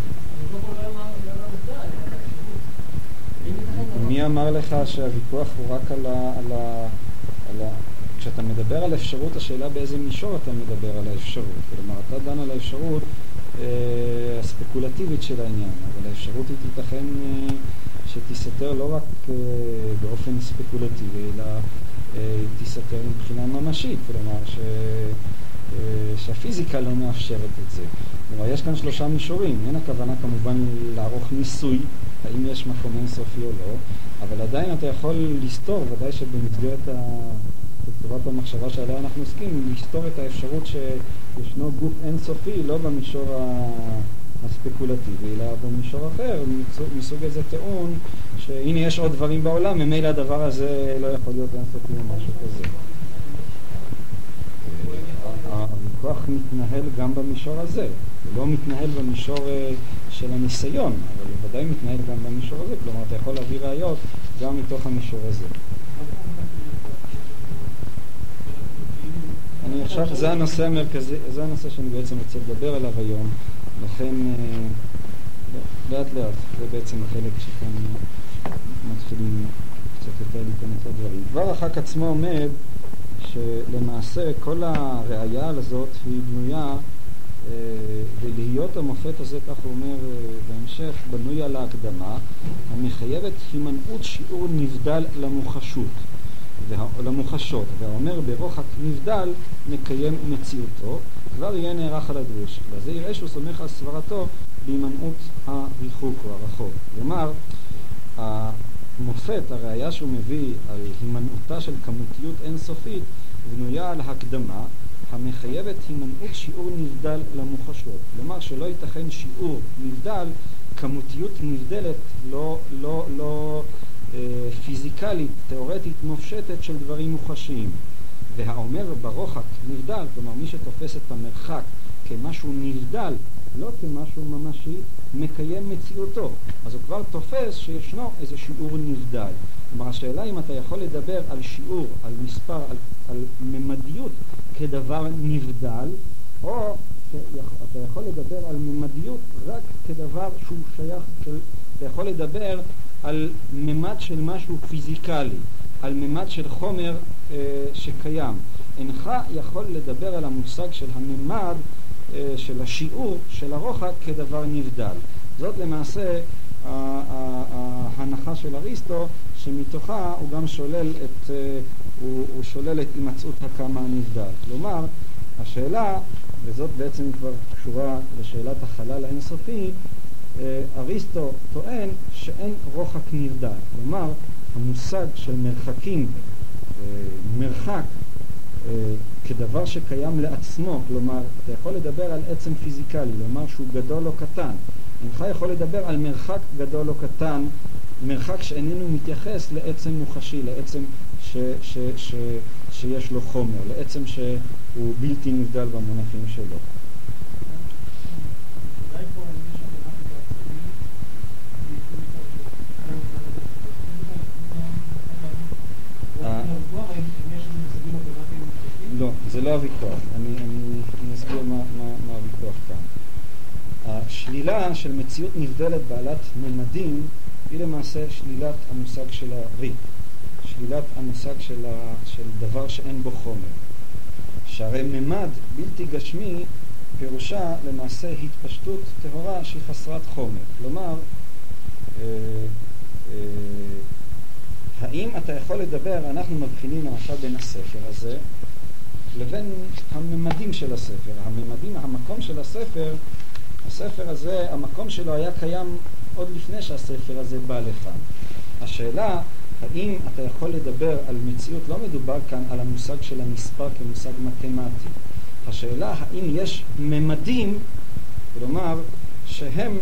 מי אמר לך שהוויכוח הוא רק על כשאתה מדבר על אפשרות, השאלה באיזה מישור אתה מדבר על האפשרות. כלומר, אתה דן על האפשרות הספקולטיבית של העניין, אבל האפשרות היא תיתכן שתיסתר לא רק באופן ספקולטיבי, אלא תיסתר מבחינה ממשית, כלומר שהפיזיקה לא מאפשרת את זה. כלומר, יש כאן 3 מישורים, אין הכוונה כמובן לערוך ניסוי, האם יש מקום אינסופי או לא, אבל עדיין אתה יכול לסתור, ודאי שבמסגרת בצורת המחשבה שעליה אנחנו עוסקים, לסתור את האפשרות שישנו גוף אינסופי, לא במישור הספקולטיבי, אלא במישור אחר, מסוג איזה טעון, שהנה יש עוד דברים בעולם, ממילא הדבר הזה לא יכול להיות אינסופי או משהו כזה. הוויכוח מתנהל גם במישור הזה, הוא לא מתנהל במישור של הניסיון, אבל הוא ודאי מתנהל גם במישור הזה, כלומר אתה יכול להביא ראיות גם מתוך המישור הזה. אני עכשיו, זה הנושא המרכזי, זה הנושא שאני בעצם רוצה לדבר עליו היום, לכן לאט לאט, זה בעצם החלק שכאן מתחילים קצת יותר להיכנס לדברים. כבר החק עצמו עומד שלמעשה כל הראייה הזאת היא בנויה, ולהיות המופת הזה, כך הוא אומר בהמשך, בנוי על ההקדמה, המחייבת הימנעות שיעור נבדל למוחשות, והאומר ברוחק נבדל מקיים מציאותו, כבר יהיה נערך על הדרוש. לזה יראה שהוא סומך על סברתו בהימנעות הריחוק או הרחוק. כלומר, המופת, הראייה שהוא מביא על הימנעותה של כמותיות אינסופית, בנויה על הקדמה המחייבת הימנעות שיעור נבדל למוחשות. כלומר שלא ייתכן שיעור נבדל, כמותיות נבדלת, לא פיזיקלית, תיאורטית, מופשטת של דברים מוחשיים. והאומר ברוחק נבדל, כלומר מי שתופס את המרחק כמשהו נבדל, לא כמשהו ממשי, מקיים מציאותו. אז הוא כבר תופס שישנו איזה שיעור נבדל. כלומר השאלה אם אתה יכול לדבר על שיעור, על מספר, על ממדיות כדבר נבדל, או אתה יכול לדבר על ממדיות רק כדבר שהוא שייך, אתה יכול לדבר על ממד של משהו פיזיקלי, על ממד של חומר שקיים. אינך יכול לדבר על המושג של הממד של השיעור, של הרוחק כדבר נבדל. זאת למעשה ההנחה של אריסטו, שמתוכה הוא גם שולל את הימצאות הכמה הנבדל. כלומר, השאלה, וזאת בעצם כבר קשורה לשאלת החלל האינסופי, אריסטו טוען שאין רוחק נבדל. כלומר, המושג של מרחקים, מרחק, כדבר שקיים לעצמו, כלומר, אתה יכול לדבר על עצם פיזיקלי, לומר שהוא גדול או קטן. אינך יכול לדבר על מרחק גדול או קטן, מרחק שאיננו מתייחס לעצם מוחשי, לעצם שיש לו חומר, לעצם שהוא בלתי נבדל במונחים שלו. לא, זה לא הוויכוח. אני אסביר מה הוויכוח כאן. השלילה של מציאות נבדלת בעלת ממדים היא למעשה שלילת המושג של הריק, שלילת המושג של דבר שאין בו חומר. שהרי ממד בלתי גשמי פירושה למעשה התפשטות טהורה שהיא חסרת חומר. כלומר, האם אתה יכול לדבר, אנחנו מבחינים למשל בין הספר הזה לבין הממדים של הספר. הממדים, המקום של הספר, הספר הזה, המקום שלו היה קיים עוד לפני שהספר הזה בא לכאן. השאלה, האם אתה יכול לדבר על מציאות, לא מדובר כאן על המושג של המספר כמושג מתמטי. השאלה, האם יש ממדים, כלומר, שהם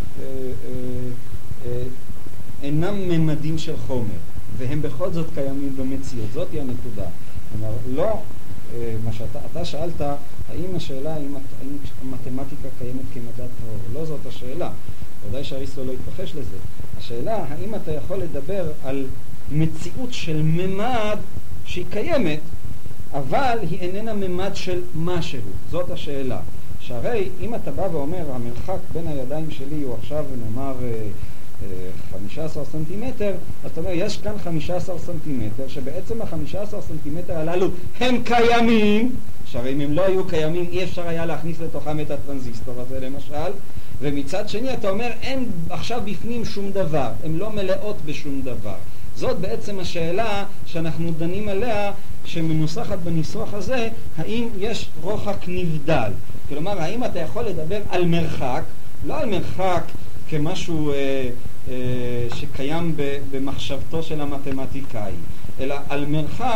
אינם ממדים של חומר, והם בכל זאת קיימים במציאות. זאת היא הנקודה. כלומר, לא, מה שאתה שאלת, האם השאלה, האם המתמטיקה קיימת כמדע טהור? לא זאת השאלה. ודאי שאריסטו לא יתפחש לזה. השאלה, האם אתה יכול לדבר על מציאות של ממד שהיא קיימת, אבל היא איננה ממד של משהו. זאת השאלה. שהרי אם אתה בא ואומר, המרחק בין הידיים שלי הוא עכשיו נאמר 15 סנטימטר, אז אתה אומר, יש כאן 15 סנטימטר, שבעצם ה-15 סנטימטר הללו הם קיימים, שהרי אם הם לא היו קיימים, אי אפשר היה להכניס לתוכם את הטרנזיסטור הזה למשל, ומצד שני אתה אומר, אין עכשיו בפנים שום דבר, הם לא מלאות בשום דבר. זאת בעצם השאלה שאנחנו דנים עליה, שמנוסחת בניסוח הזה, האם יש רוחק נבדל. כלומר, האם אתה יכול לדבר על מרחק, לא על מרחק כמשהו שקיים במחשבתו של המתמטיקאי, אלא על מרחק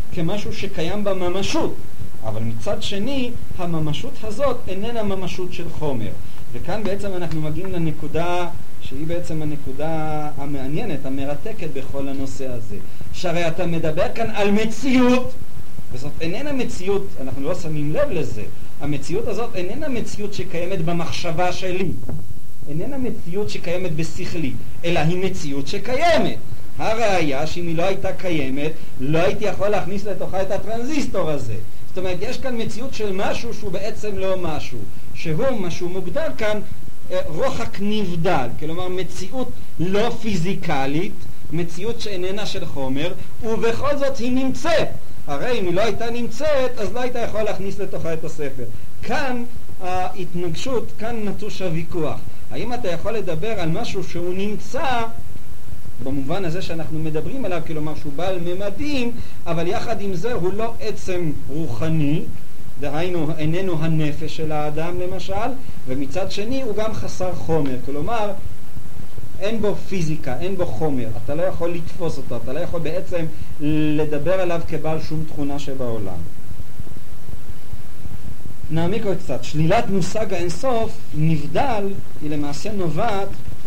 כמשהו שקיים בממשות, אבל מצד שני הממשות הזאת איננה ממשות של חומר. וכאן בעצם אנחנו מגיעים לנקודה שהיא בעצם הנקודה המעניינת, המרתקת בכל הנושא הזה. שהרי אתה מדבר כאן על מציאות, וזאת איננה מציאות, אנחנו לא שמים לב לזה, המציאות הזאת איננה מציאות שקיימת במחשבה שלי, איננה מציאות שקיימת בשכלי, אלא היא מציאות שקיימת. הראיה שאם היא לא הייתה קיימת, לא הייתי יכול להכניס לתוכה את הטרנזיסטור הזה. זאת אומרת, יש כאן מציאות של משהו שהוא בעצם לא משהו, שהוא משהו מוגדר כאן רוחק נבדל, כלומר מציאות לא פיזיקלית, מציאות שאיננה של חומר, ובכל זאת היא נמצאת. הרי אם היא לא הייתה נמצאת, אז לא הייתה יכול להכניס לתוכה את הספר. כאן ההתנגשות, כאן נטוש הוויכוח. האם אתה יכול לדבר על משהו שהוא נמצא, במובן הזה שאנחנו מדברים עליו, כלומר שהוא בעל ממדים, אבל יחד עם זה הוא לא עצם רוחני, דהיינו איננו הנפש של האדם למשל, ומצד שני הוא גם חסר חומר, כלומר אין בו פיזיקה, אין בו חומר, אתה לא יכול לתפוס אותו, אתה לא יכול בעצם לדבר עליו כבעל שום תכונה שבעולם. נעמיק עוד קצת. שלילת מושג האינסוף נבדל, היא למעשה נובעת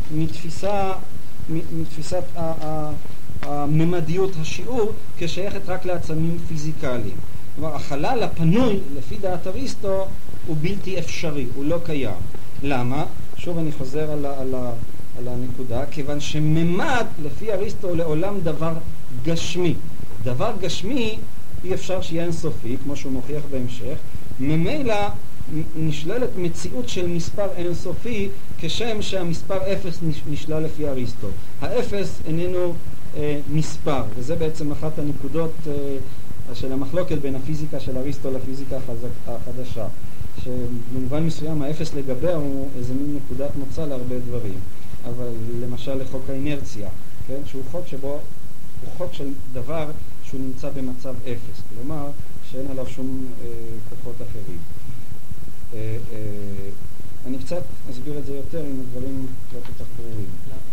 מתפיסת הממדיות השיעור כשייכת רק לעצמים פיזיקליים. כלומר, החלל הפנוי, לפי דעת אריסטו, הוא בלתי אפשרי, הוא לא קיים. למה? שוב אני חוזר על הנקודה, כיוון שממד, לפי אריסטו, הוא לעולם דבר גשמי. דבר גשמי אי אפשר שיהיה אינסופי, כמו שהוא מוכיח בהמשך. ממילא נשללת מציאות של מספר אינסופי, כשם שהמספר 0 נשלל לפי אריסטו. האפס איננו מספר, וזה בעצם אחת הנקודות של המחלוקת בין הפיזיקה של אריסטו לפיזיקה החדשה, שבמובן מסוים האפס לגביה הוא איזה מין נקודת מוצא להרבה דברים, אבל למשל לחוק האינרציה, כן? שהוא חוק שבו הוא חוק של דבר שהוא נמצא במצב אפס, כלומר שאין עליו שום כוחות אחרים. אני קצת אסביר את זה יותר אם הדברים לא כל כך ברורים.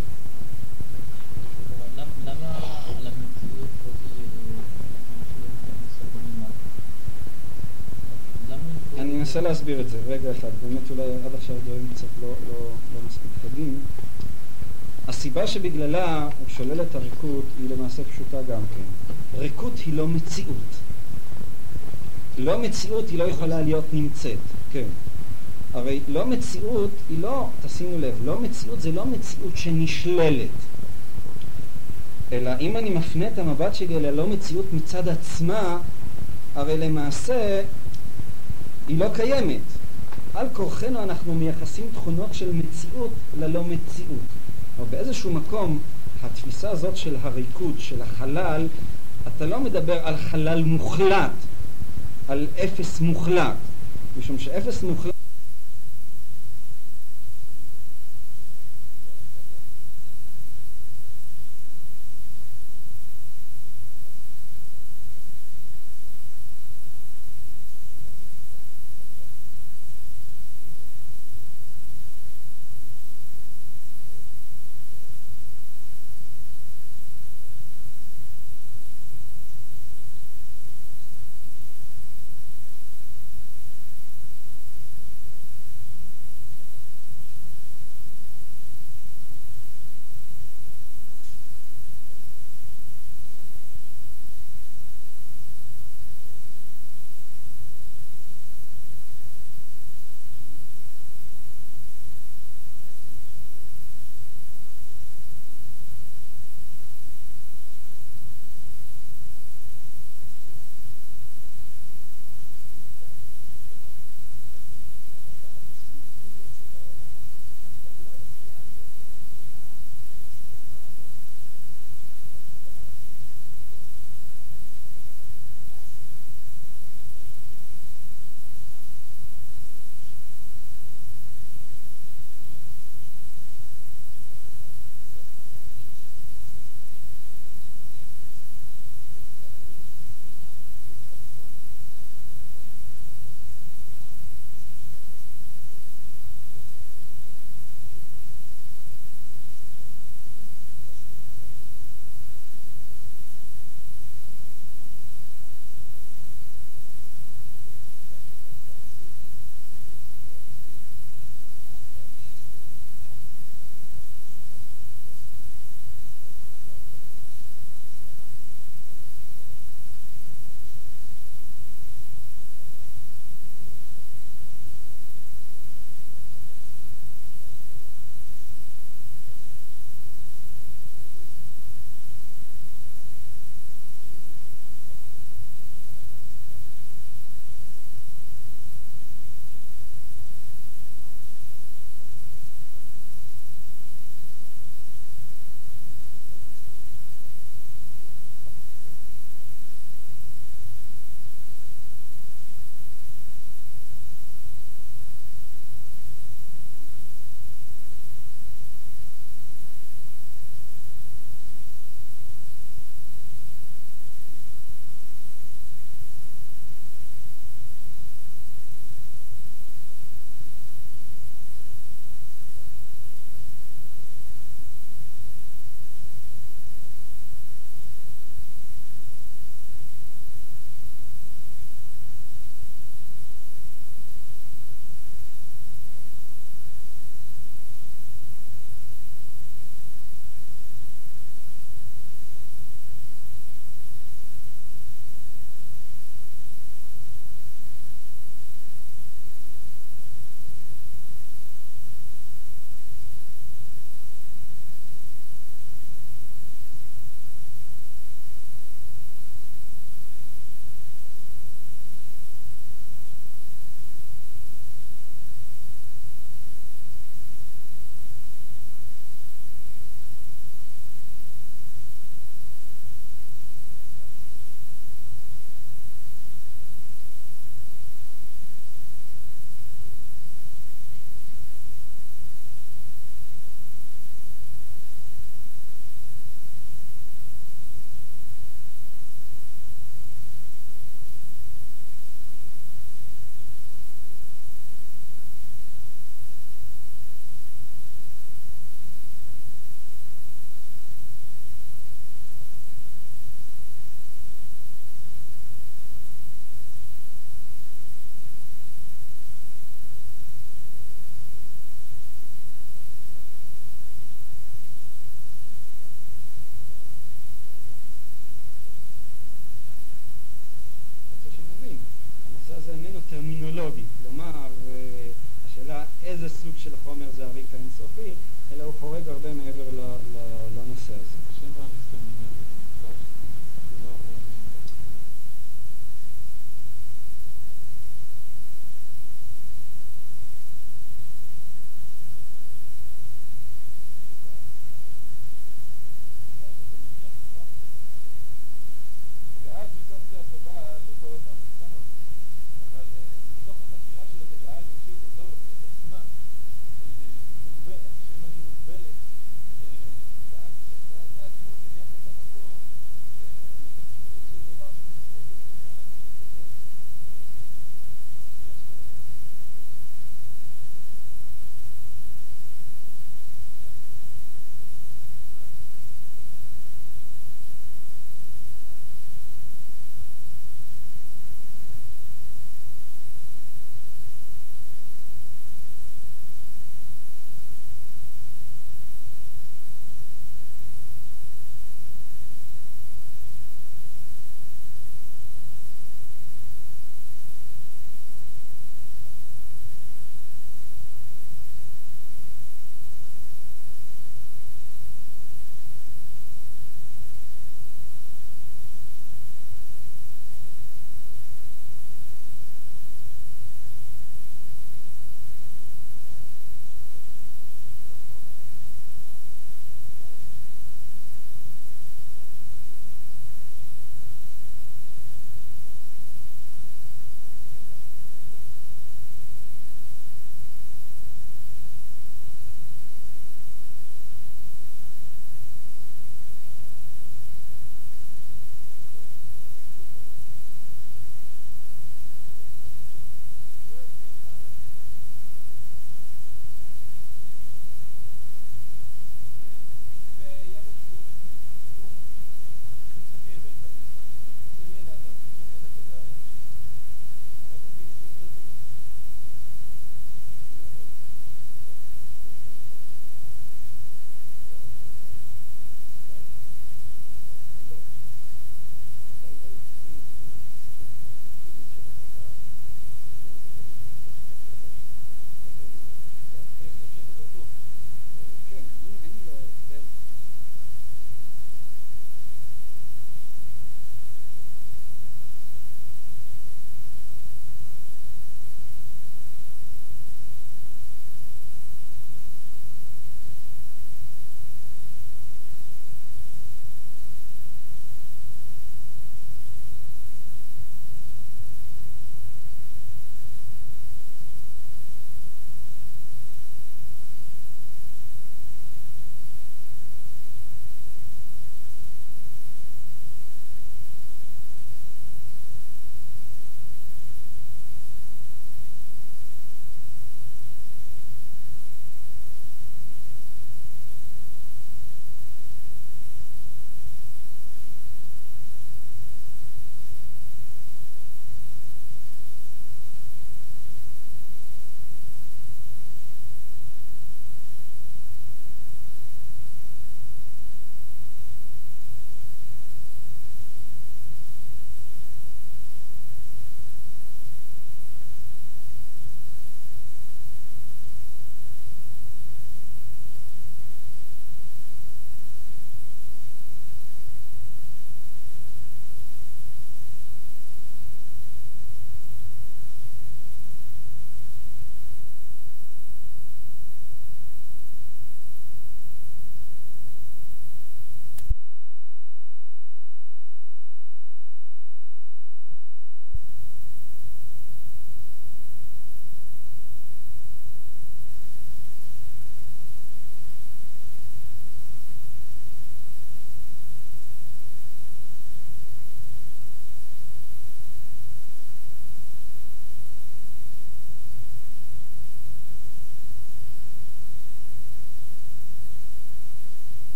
למה על המציאות אני אנסה להסביר את זה, רגע אחד, באמת אולי עד עכשיו דברים קצת לא מספיק חדים. הסיבה שבגללה הוא שולל את הריקות היא למעשה פשוטה גם כן. ריקות היא לא מציאות. לא מציאות היא לא יכולה להיות נמצאת, כן. הרי לא מציאות היא לא, תשימו לב, לא מציאות זה לא מציאות שנשללת. אלא אם אני מפנה את המבט שלי ללא מציאות מצד עצמה, הרי למעשה היא לא קיימת. על כורחנו אנחנו מייחסים תכונות של מציאות ללא מציאות. אבל באיזשהו מקום התפיסה הזאת של הריקות, של החלל, אתה לא מדבר על חלל מוחלט, על אפס מוחלט, משום שאפס מוחלט טרמינולוגי, כלומר השאלה איזה סוג של חומר זה הריק האינסופי, אלא הוא חורג הרבה מעבר לנושא הזה. השם הריק טרמינולוגי,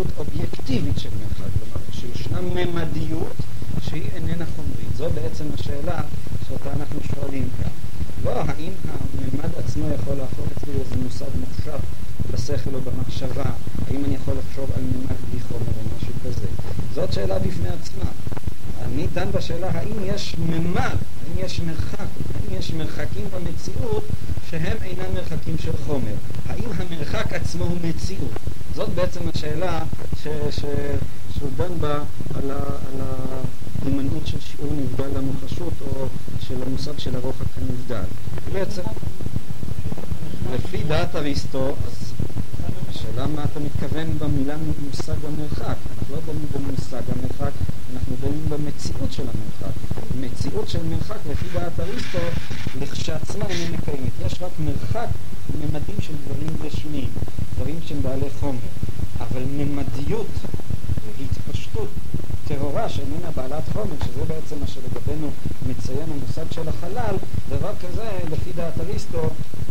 מציאות אובייקטיבית של מרחק, כלומר שישנה ממדיות שהיא איננה חומרית. זו בעצם השאלה שאותה אנחנו שואלים כאן. לא האם הממד עצמו יכול להפוך אצלי איזה מושג מוחשב בשכל או במחשבה, האם אני יכול לחשוב על ממד בלי חומר או משהו כזה. זאת שאלה בפני עצמה. אני דן בשאלה האם יש ממד, האם יש מרחק, האם יש מרחקים במציאות שהם אינם מרחקים של חומר. האם המרחק עצמו הוא מציאות? זאת בעצם השאלה שהוא דן בה על ההימנעות של שיעור נבדל למוחשות או של המושג של הרוחק הנבדל. בעצם, לפי דעת אריסטו, אז השאלה מה אתה מתכוון במילה מושג המרחק. אנחנו לא דנים במושג המרחק, אנחנו דנים במציאות של המרחק. מציאות של מרחק, לפי דעת אריסטו, לכשעצמה אינה מקיימת. יש רק מרחק ממדים של דברים גשמיים, דברים שהם בעלי חומר. אבל ממדיות והתפשטות טהורה שאיננה בעלת חומר, שזה בעצם מה שלגבינו מציין המושג של החלל, דבר כזה, לפי דעת אריסטו,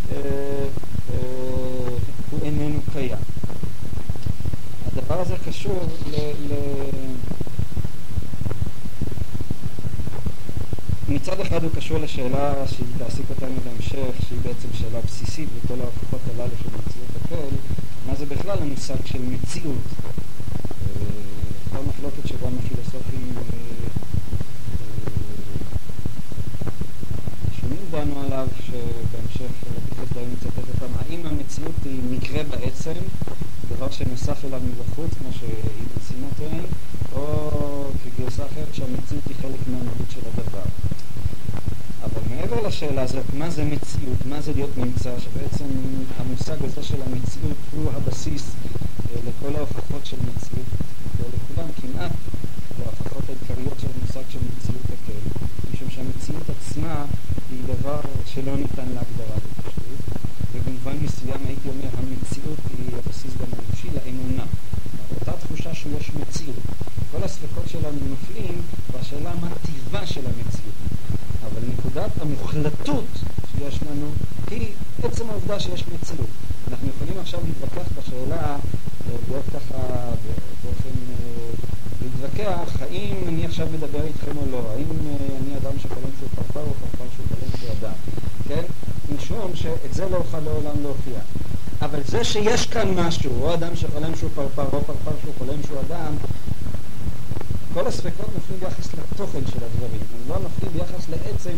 הוא איננו קיים. הדבר הזה קשור מצד אחד הוא קשור לשאלה שהיא תעסיק אותנו בהמשך, שהיא בעצם שאלה בסיסית בכל ההוכחות הללו של מציאות הכל, מה זה בכלל המושג של מציאות. כל מחלוקת שגם הפילוסופים שונים דנו עליו, שבהמשך רבי מצטט אותם, האם המציאות היא מקרה בעצם, דבר שנוסף אליו מבחוץ, כמו שאיבן סינה טוען, או כגרסה אחרת שהמציאות היא חלק מהמהות של הדבר. אבל מעבר לשאלה הזאת, מה זה מציאות, מה זה להיות נמצא, שבעצם המושג הזה של המציאות הוא הבסיס לכל ההוכחות של מציאות, ולכולם כמעט ההוכחות העיקריות של המושג של מציאות הכל, משום שהמציאות עצמה היא דבר שלא ניתן להגדרה בפשטות, ובמובן מסוים הייתי אומר המציאות היא הבסיס גם האנושי לאמונה. אותה תחושה שיש מציאות. כל הספקות שלנו נופלים והשאלה מה טיבה של המציאות. אבל נקודת המוחלטות שיש לנו היא עצם העובדה שיש מציאות. אנחנו יכולים עכשיו להתווכח בשאלה, להיות ככה באופן להתווכח, האם אני עכשיו מדבר איתכם או לא, האם אני אדם שחולם שהוא פרפר או פרפר שהוא חולם שהוא אדם, כן? משום שאת זה לא אוכל לעולם להוכיח. אבל זה שיש כאן משהו, או אדם שחולם שהוא פרפר או פרפר שהוא חולם שהוא אדם, כל הספקות נופלים ביחס לתוכן של הדברים, הם לא נופלים ביחס לעצם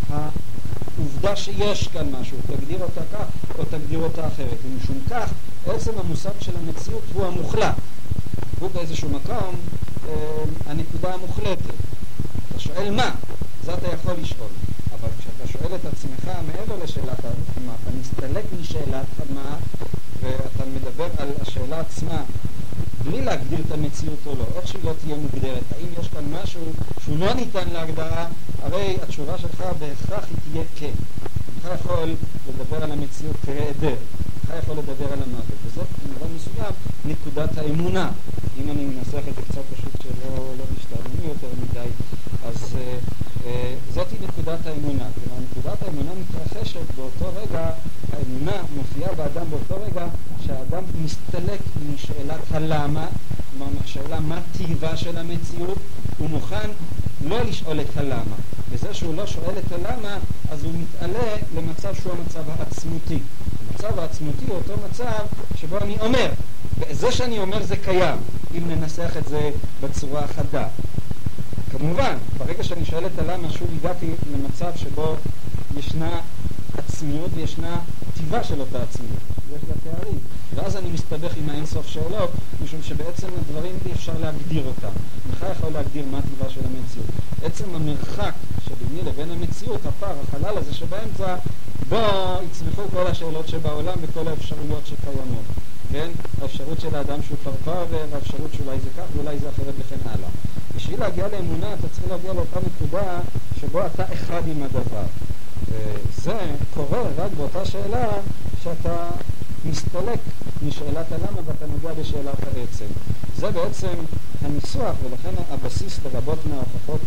העובדה שיש כאן משהו, תגדיר אותה כך או תגדיר אותה אחרת. ומשום כך, עצם המושג של המציאות הוא המוחלט. הוא באיזשהו מקום הנקודה המוחלטת. אתה שואל מה? זה אתה יכול לשאול. אבל כשאתה שואל את עצמך מעבר לשאלת מה, אתה מסתלק משאלת מה, ואתה מדבר על השאלה עצמה, בלי להגדיר את המציאות או לא, איך שהיא לא תהיה מוגדרת. האם יש כאן משהו שהוא לא ניתן להגדרה, הרי התשובה שלך בהכרח היא תהיה כן. אתה יכול לדבר על המציאות כהיעדר, אתה יכול לדבר על המוות, וזאת במובן מסוים נקודת האמונה. אם אני מנסח את זה קצת פשוט שלא נשתעממו יותר מדי, אז זאת היא נקודת האמונה. כלומר, נקודת האמונה מתרחשת באותו רגע, האמונה מופיעה באדם באותו רגע שהאדם מסתלק משאלת הלמה, כלומר מהשאלה מה טיבה של המציאות, הוא מוכן לא לשאול את הלמה. בזה שהוא לא שואל את הלמה, אז הוא מתעלה למצב שהוא המצב העצמותי. המצב העצמותי הוא אותו מצב שבו אני אומר, וזה שאני אומר זה קיים, אם ננסח את זה בצורה חדה. כמובן, ברגע שאני שואל את הלמה, שוב הגעתי למצב שבו ישנה עצמיות וישנה טיבה של אותה עצמיות. יש לה תארים. ואז אני מסתבך עם האינסוף שאלות, משום שבעצם הדברים אי אפשר להגדיר אותם. אני יכול להגדיר מה טיבה של המציאות. עצם המרחק שביני לבין המציאות, הפער, החלל הזה שבאמצע, בו יצמחו כל השאלות שבעולם וכל האפשרויות שקיימות. כן? האפשרות של האדם שהוא פרפר, והאפשרות שאולי זה כך ואולי זה אחרת וכן הלאה. בשביל להגיע לאמונה אתה צריך להגיע לאותה נקודה שבו אתה אחד עם הדבר. וזה קורה רק באותה שאלה שאתה מסתלק משאלת הלמה ואתה נוגע בשאלת העצם. זה בעצם הניסוח, ולכן הבסיס לרבות מההוכחות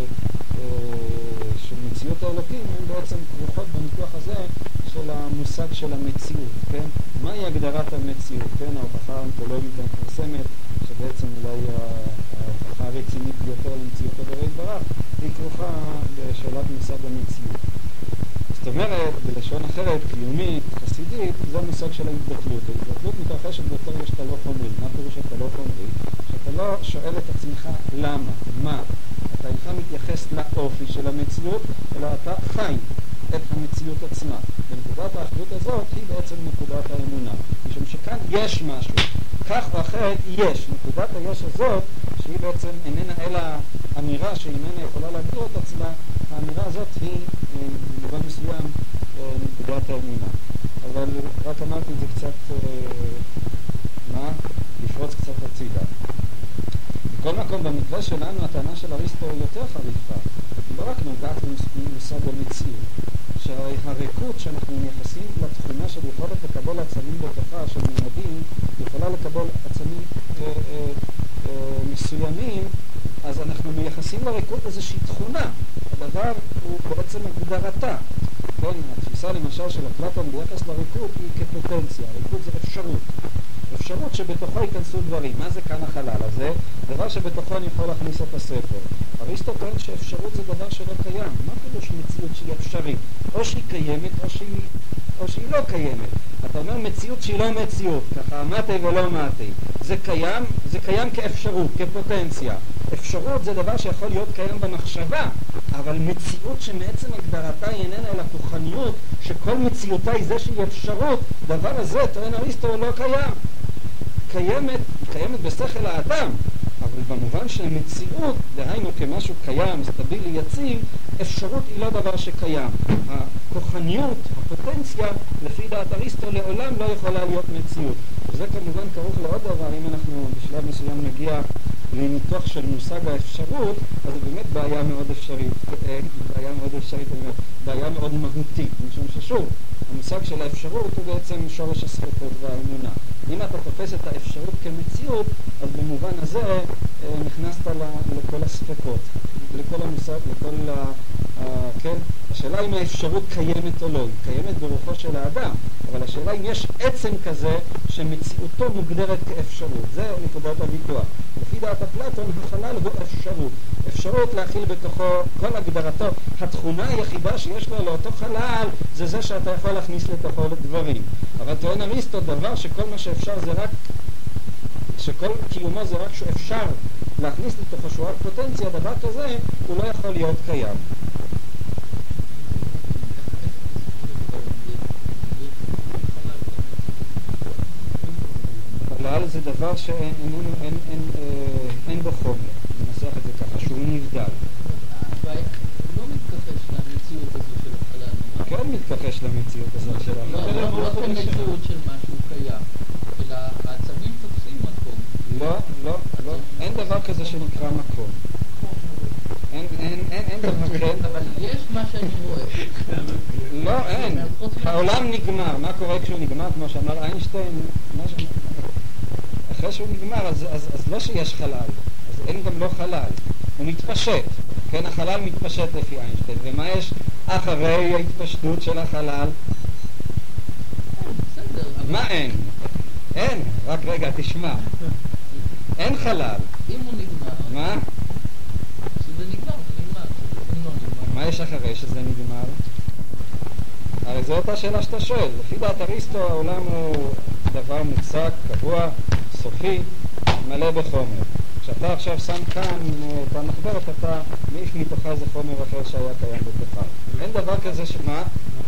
של מציאות האלוקים הם בעצם כרוכות בניתוח הזה של המושג של המציאות, כן? מהי הגדרת המציאות, כן? ההוכחה האונתולוגית המפורסמת אומרת, בלשון אחרת, קיומית, חסידית, זה המושג של ההתבטלות. ההתבטלות מתרחשת בתור שאתה לא חומרי. מה פירוש שאתה לא חומרי? שאתה לא שואל את עצמך למה, מה. אתה אינך מתייחס לאופי של המציאות, אלא אתה חי את המציאות עצמה. ונקודת האחדות הזאת היא בעצם נקודת האמונה. משום שכאן יש משהו. כך או אחרת יש. נקודת היש הזאת, שהיא בעצם איננה אלא אמירה שאיננה יכולה להגדיר את עצמה, האמירה הזאת היא במובן מסוים נקודת האמונה. אבל רק אמרתי את זה קצת, לפרוץ קצת הצידה. בכל מקום, במקרה שלנו, הטענה של אריסטו היא יותר חריפה. היא לא רק נוגעת למושג המציאות. שהרי הריקות שאנחנו מייחסים לתכונה של יכולת לקבל עצמים בתוכה, של מימדים, יכולה לקבל עצמים מסוימים, אז אנחנו מייחסים לריקות איזושהי תכונה. הדבר הוא בעצם הגדרתה. כן, התפיסה למשל של אפלטון ביחס לריקות היא כפוטנציה. הריקות זה אפשרות. אפשרות שבתוכו ייכנסו דברים. מה זה כאן החלל הזה? דבר שבתוכו אני יכול להכניס את הספר. אריסטו טוען שאפשרות זה דבר שלא קיים. מה פירוש מציאות שהיא אפשרית? או שהיא קיימת או שהיא לא קיימת. אתה אומר מציאות שהיא לא מציאות, ככה מתי ולא מתי. זה קיים כאפשרות, כפוטנציה. אפשרות זה דבר שיכול להיות קיים במחשבה, אבל מציאות שמעצם הגדרתה היא איננה אלא כוחניות, שכל מציאותה היא זה שהיא אפשרות, דבר הזה, טוען אריסטו, לא קיים. קיימת בשכל האדם, אבל במובן של מציאות, דהיינו כמשהו קיים, סטבילי, יציב, אפשרות היא לא דבר שקיים. הכוחניות, הפוטנציה, לפי דעת אריסטו, לעולם לא יכולה להיות מציאות. וזה כמובן כרוך לעוד דבר, אם אנחנו בשלב מסוים נגיע לניתוח של מושג האפשרות, אז זה באמת בעיה מאוד אפשרית, בעיה מאוד מהותית, משום ששוב, המושג של האפשרות הוא בעצם שורש הספקות והאמונה. אם אתה תופס את האפשרות כמציאות, אז במובן הזה נכנסת לכל הספקות, לכל המושג, כן? השאלה אם האפשרות קיימת או לא, היא קיימת ברוחו של האדם, אבל השאלה אם יש עצם כזה שמציאותו מוגדרת כאפשרות, זה נקודת הוויכוח. לפי דעת אפלטון, החלל הוא אפשרות. אפשרות להכיל בתוכו כל הגדרתו. התכונה היחידה שיש לו לאותו חלל זה זה שאתה יכול להכניס לתוכו דברים. אבל טוען אריסטו, דבר שכל מה שאפשר זה רק, שכל קיומו זה רק שאפשר להכניס לתוכו שהוא רק פוטנציה, דבר כזה הוא לא יכול להיות קיים. חלל זה דבר שאין בו חומר, ננסח את זה ככה, שהוא נבדל. הוא לא מתכחש למציאות הזו של החלל. כן מתכחש למציאות הזו של החלל. לא כמציאות של משהו קיים, אלא העצבים תופסים מקום. לא, אין דבר כזה שנקרא מקום. אין דבר כזה. אבל יש מה שאני רואה. לא, אין. העולם נגמר. מה קורה כשהוא נגמר? כמו שאמר איינשטיין, אחרי שהוא נגמר, אז לא שיש חלל, אז אין גם לא חלל, הוא מתפשט, כן, החלל מתפשט לפי איינשטיין, ומה יש אחרי ההתפשטות של החלל? מה אין? אין, רק רגע, תשמע, אין חלל. אם הוא נגמר, מה? שזה נגמר, זה נגמר, זה לא נגמר. מה יש אחרי שזה נגמר? הרי זו אותה שאלה שאתה שואל. לפי דעת אריסטו העולם הוא דבר מוצק, קבוע, סופי, מלא בחומר. כשאתה עכשיו שם כאן את המחברת, אתה מעיף מתוכה איזה חומר אחר שהיה קיים בתוכה. אין דבר כזה שמה?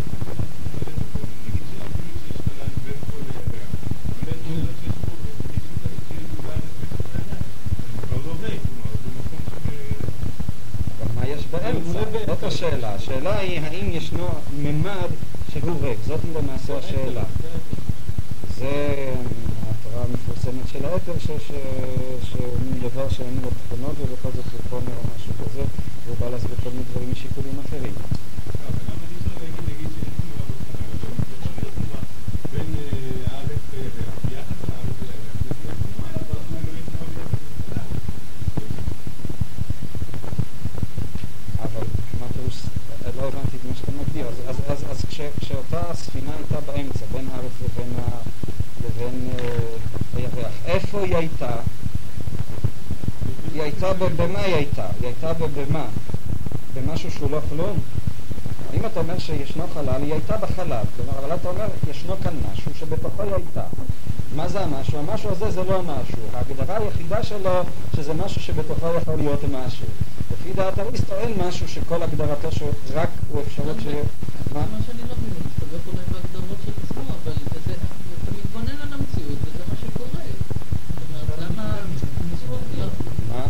מה יש באמצע? זאת השאלה. השאלה היא האם ישנו ממד שהוא ריק. זאת למעשה השאלה. זה ההתראה המפורסמת של האתר שהוא דבר שאין לו תכונות ובכל זאת זה חומר או משהו כזה והוא בא להסביר כל מיני דברים משיקולים אחרים. אבל למה אני צריך להגיד שיש תנועה בחלל? בין הארץ לירח, יחס הארץ לירח, זה תהיה תנועה, אבל אנחנו לא יתנועה ביחס לחלל. אבל מה פירוש? לא הבנתי את מה שאתה מגדיר. אז כשאותה הספינה הייתה באמצע בין הארץ לבין הירח, איפה היא הייתה? היא הייתה במה היא הייתה? היא הייתה במה? במשהו שהוא לא כלום? אם אתה אומר שישנו חלל, היא הייתה בחלל. כלומר, אבל אתה אומר, ישנו כאן משהו שבתוכו היא הייתה. מה זה המשהו? המשהו הזה זה לא משהו. ההגדרה היחידה שלו, שזה משהו שבתוכו יכול להיות משהו. לפי דעת אריסטו אין משהו שכל הגדרתו שרק הוא אפשרות ש... מה שאני לא מבין, מסתובב אולי בהגדרות של עצמו, אבל אתה מתבונן על המציאות, וזה מה שקורה. זאת אומרת, למה... מה?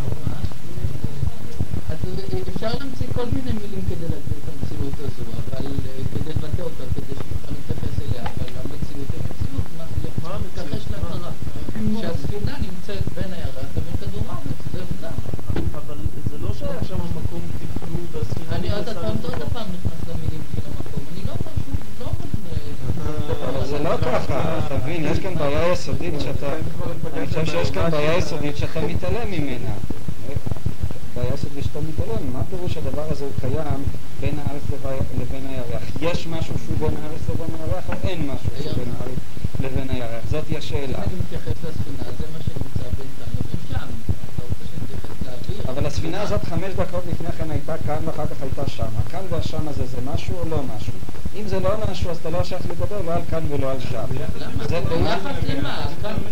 אז אפשר להמציא כל מיני מילים כדי להגדיר את המציאות הזו, אבל כדי לבטא אותה, כדי שנוכל להתייחס אליה, אבל המציאות היא מציאות, מה מתכחש להגדרה? שהספינה נמצאת בין הירח לבין כדור הארץ, זה עובדה. אבל זה לא שהיה שם מקום תכנון והספינה... אני עוד הפעם נכנס למילים של המקום, אני לא משהו, אבל זה לא ככה, אתה מבין, יש כאן בעיה יסודית שאתה... אני חושב שיש כאן בעיה יסודית שאתה מתעלם ממנה. בעיה יסודית שאתה מתעלם, מה פירוש הדבר הזה הוא קיים בין הארץ לבין הירח? יש משהו שהוא בין הארץ לבין הירח או אין משהו שהוא בין הארץ לבין הירח? זאת היא השאלה. אני מתייחס לספינה, זה מה שנמצא בין כאן לבין שם. אתה רוצה שנתייחס לאוויר? אבל הספינה הזאת 5 דקות לפני כן הייתה כאן ואחר כך הייתה שם. הכאן והשם הזה זה משהו או לא משהו? אם זה לא משהו אז אתה לא שייך לדבר לא על כאן ולא על שם. למה? ביחס למה?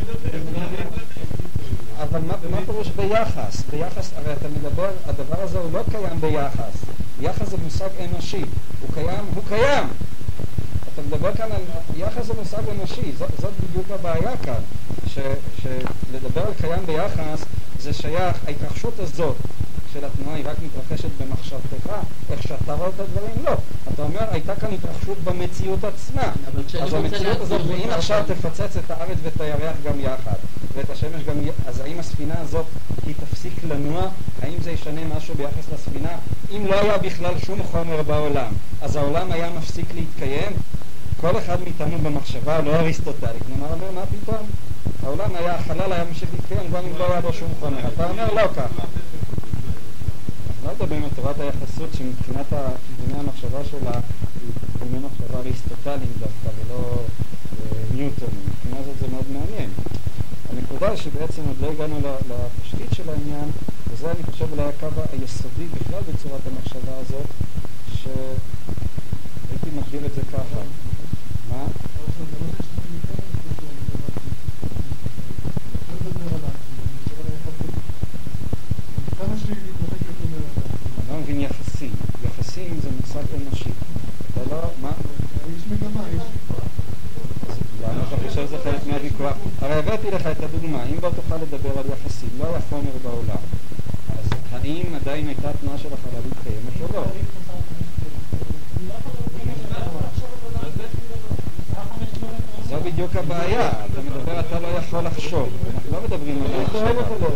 אבל מה פירוש ביחס? ביחס, הרי אתה מדבר, הדבר הזה הוא לא קיים ביחס. יחס זה מושג אנושי. הוא קיים. אתה מדבר כאן על יחס זה מושג אנושי. זאת בדיוק הבעיה כאן. שלדבר על קיים ביחס זה שייך, ההתרחשות הזאת של התנועה היא רק מתרחשת במחשבתך, איך שאתה רואה את הדברים? לא. אתה אומר, הייתה כאן התרחשות במציאות עצמה. אז המציאות הזאת, ואם עכשיו תפצץ את הארץ ואת הירח גם יחד, ואת השמש גם יחד, אז האם הספינה הזאת היא תפסיק לנוע? האם זה ישנה משהו ביחס לספינה? אם לא היה בכלל שום חומר בעולם, אז העולם היה מפסיק להתקיים? כל אחד מאיתנו במחשבה לא אריסטוטלית. כלומר, אומר, מה פתאום? העולם היה, החלל היה ממשיך להתקיים גם אם לא היה בו שום חומר. אתה אומר, לא ככה. לא מדברים על תורת היחסות שמבחינת דיני המחשבה שלה היא דיני מחשבה אריסטוטליים דווקא ולא ניוטונים. מבחינה זאת זה מאוד מעניין. הנקודה היא שבעצם עוד לא הגענו לתשתית של העניין, וזה אני חושב אולי הקו היסודי בכלל בצורת המחשבה הזאת, שהייתי מגדיר את זה ככה. מה? אני לא מבין יחסים. יחסים זה מושג אנושי. אתה לא... מה? יש מגמה, יש ויכוח. למה אתה חושב שזה חלק מהוויכוח? הרי הבאתי לך את הדוגמה. אם בוא תוכל לדבר על יחסים, לא היה חומר בעולם. אז האם עדיין הייתה תנועה של החללית קיימת או לא? זו בדיוק הבעיה. אתה מדבר, אתה לא יכול לחשוב. אנחנו לא מדברים על מחשבה.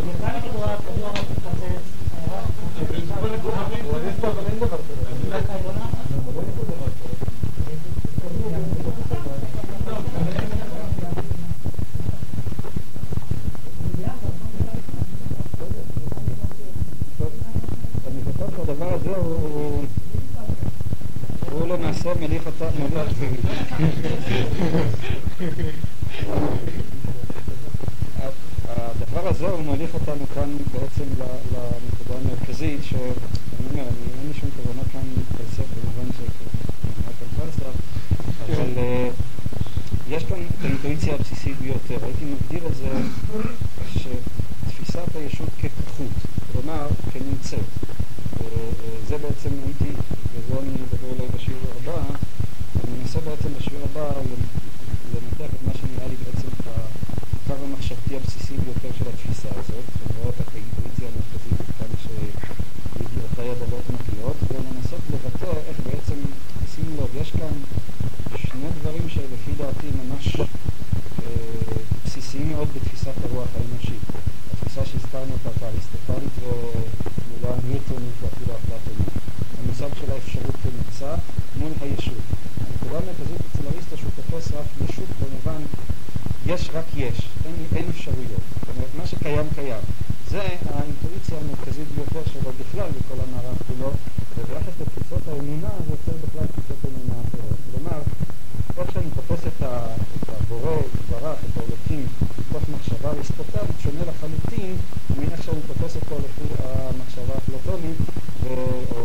אני זוכר שהדבר הזה הוא למעשה מליך אותה הדבר הזה הוא מוליך אותנו כאן בעצם לנקודה המרכזית שאני אומר, אין לי שום כוונה כאן להתפלסף במובן שכמובן פלסף, אבל יש כאן את האינטואיציה הבסיסית ביותר. הייתי מגדיר את זה שתפיסת הישות ככחות, כלומר כנמצאת. זה בעצם הייתי, וזה אני אדבר אולי בשיעור הבא, אני מנסה בעצם בשיעור הבא לנתח את מה שנראה לי בעצם את הקו המחשבתי הבסיסי ביותר של התפיסה הזאת, ונראה את האינטואיציה המרכזית כאן שידיעותי הדלות מגיעות, ולנסות לבטא איך בעצם, שימו לב, יש כאן שני דברים שלפי דעתי ממש בסיסיים מאוד בתפיסת הרוח האנושית. התפיסה שהזכרנו אותה האריסטוטלית ומולה ניוטונית ואפילו אפלטונית. המושג של האפשרות כנמצא מול הישות. הנקודה המרכזית אצל אריסטו שהוא תופס רק ישות במובן יש רק יש, אין אפשרויות. זאת אומרת, מה שקיים קיים. זה האינטואיציה המרכזית ביותר שלו בכלל בכל המערך כולו, וביחס לתפיסות האמונה זה יותר בכלל תפיסות אמונה אחרות. כלומר, איך שאני תופס את הבורא, יתברך, את האלוקים, מתוך מחשבה אריסטוטלית, שונה לחלוטין מאיך שאני תופס אותו לפי המחשבה האפלטונית, או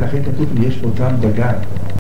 לכן כתוב יש אותם דגן,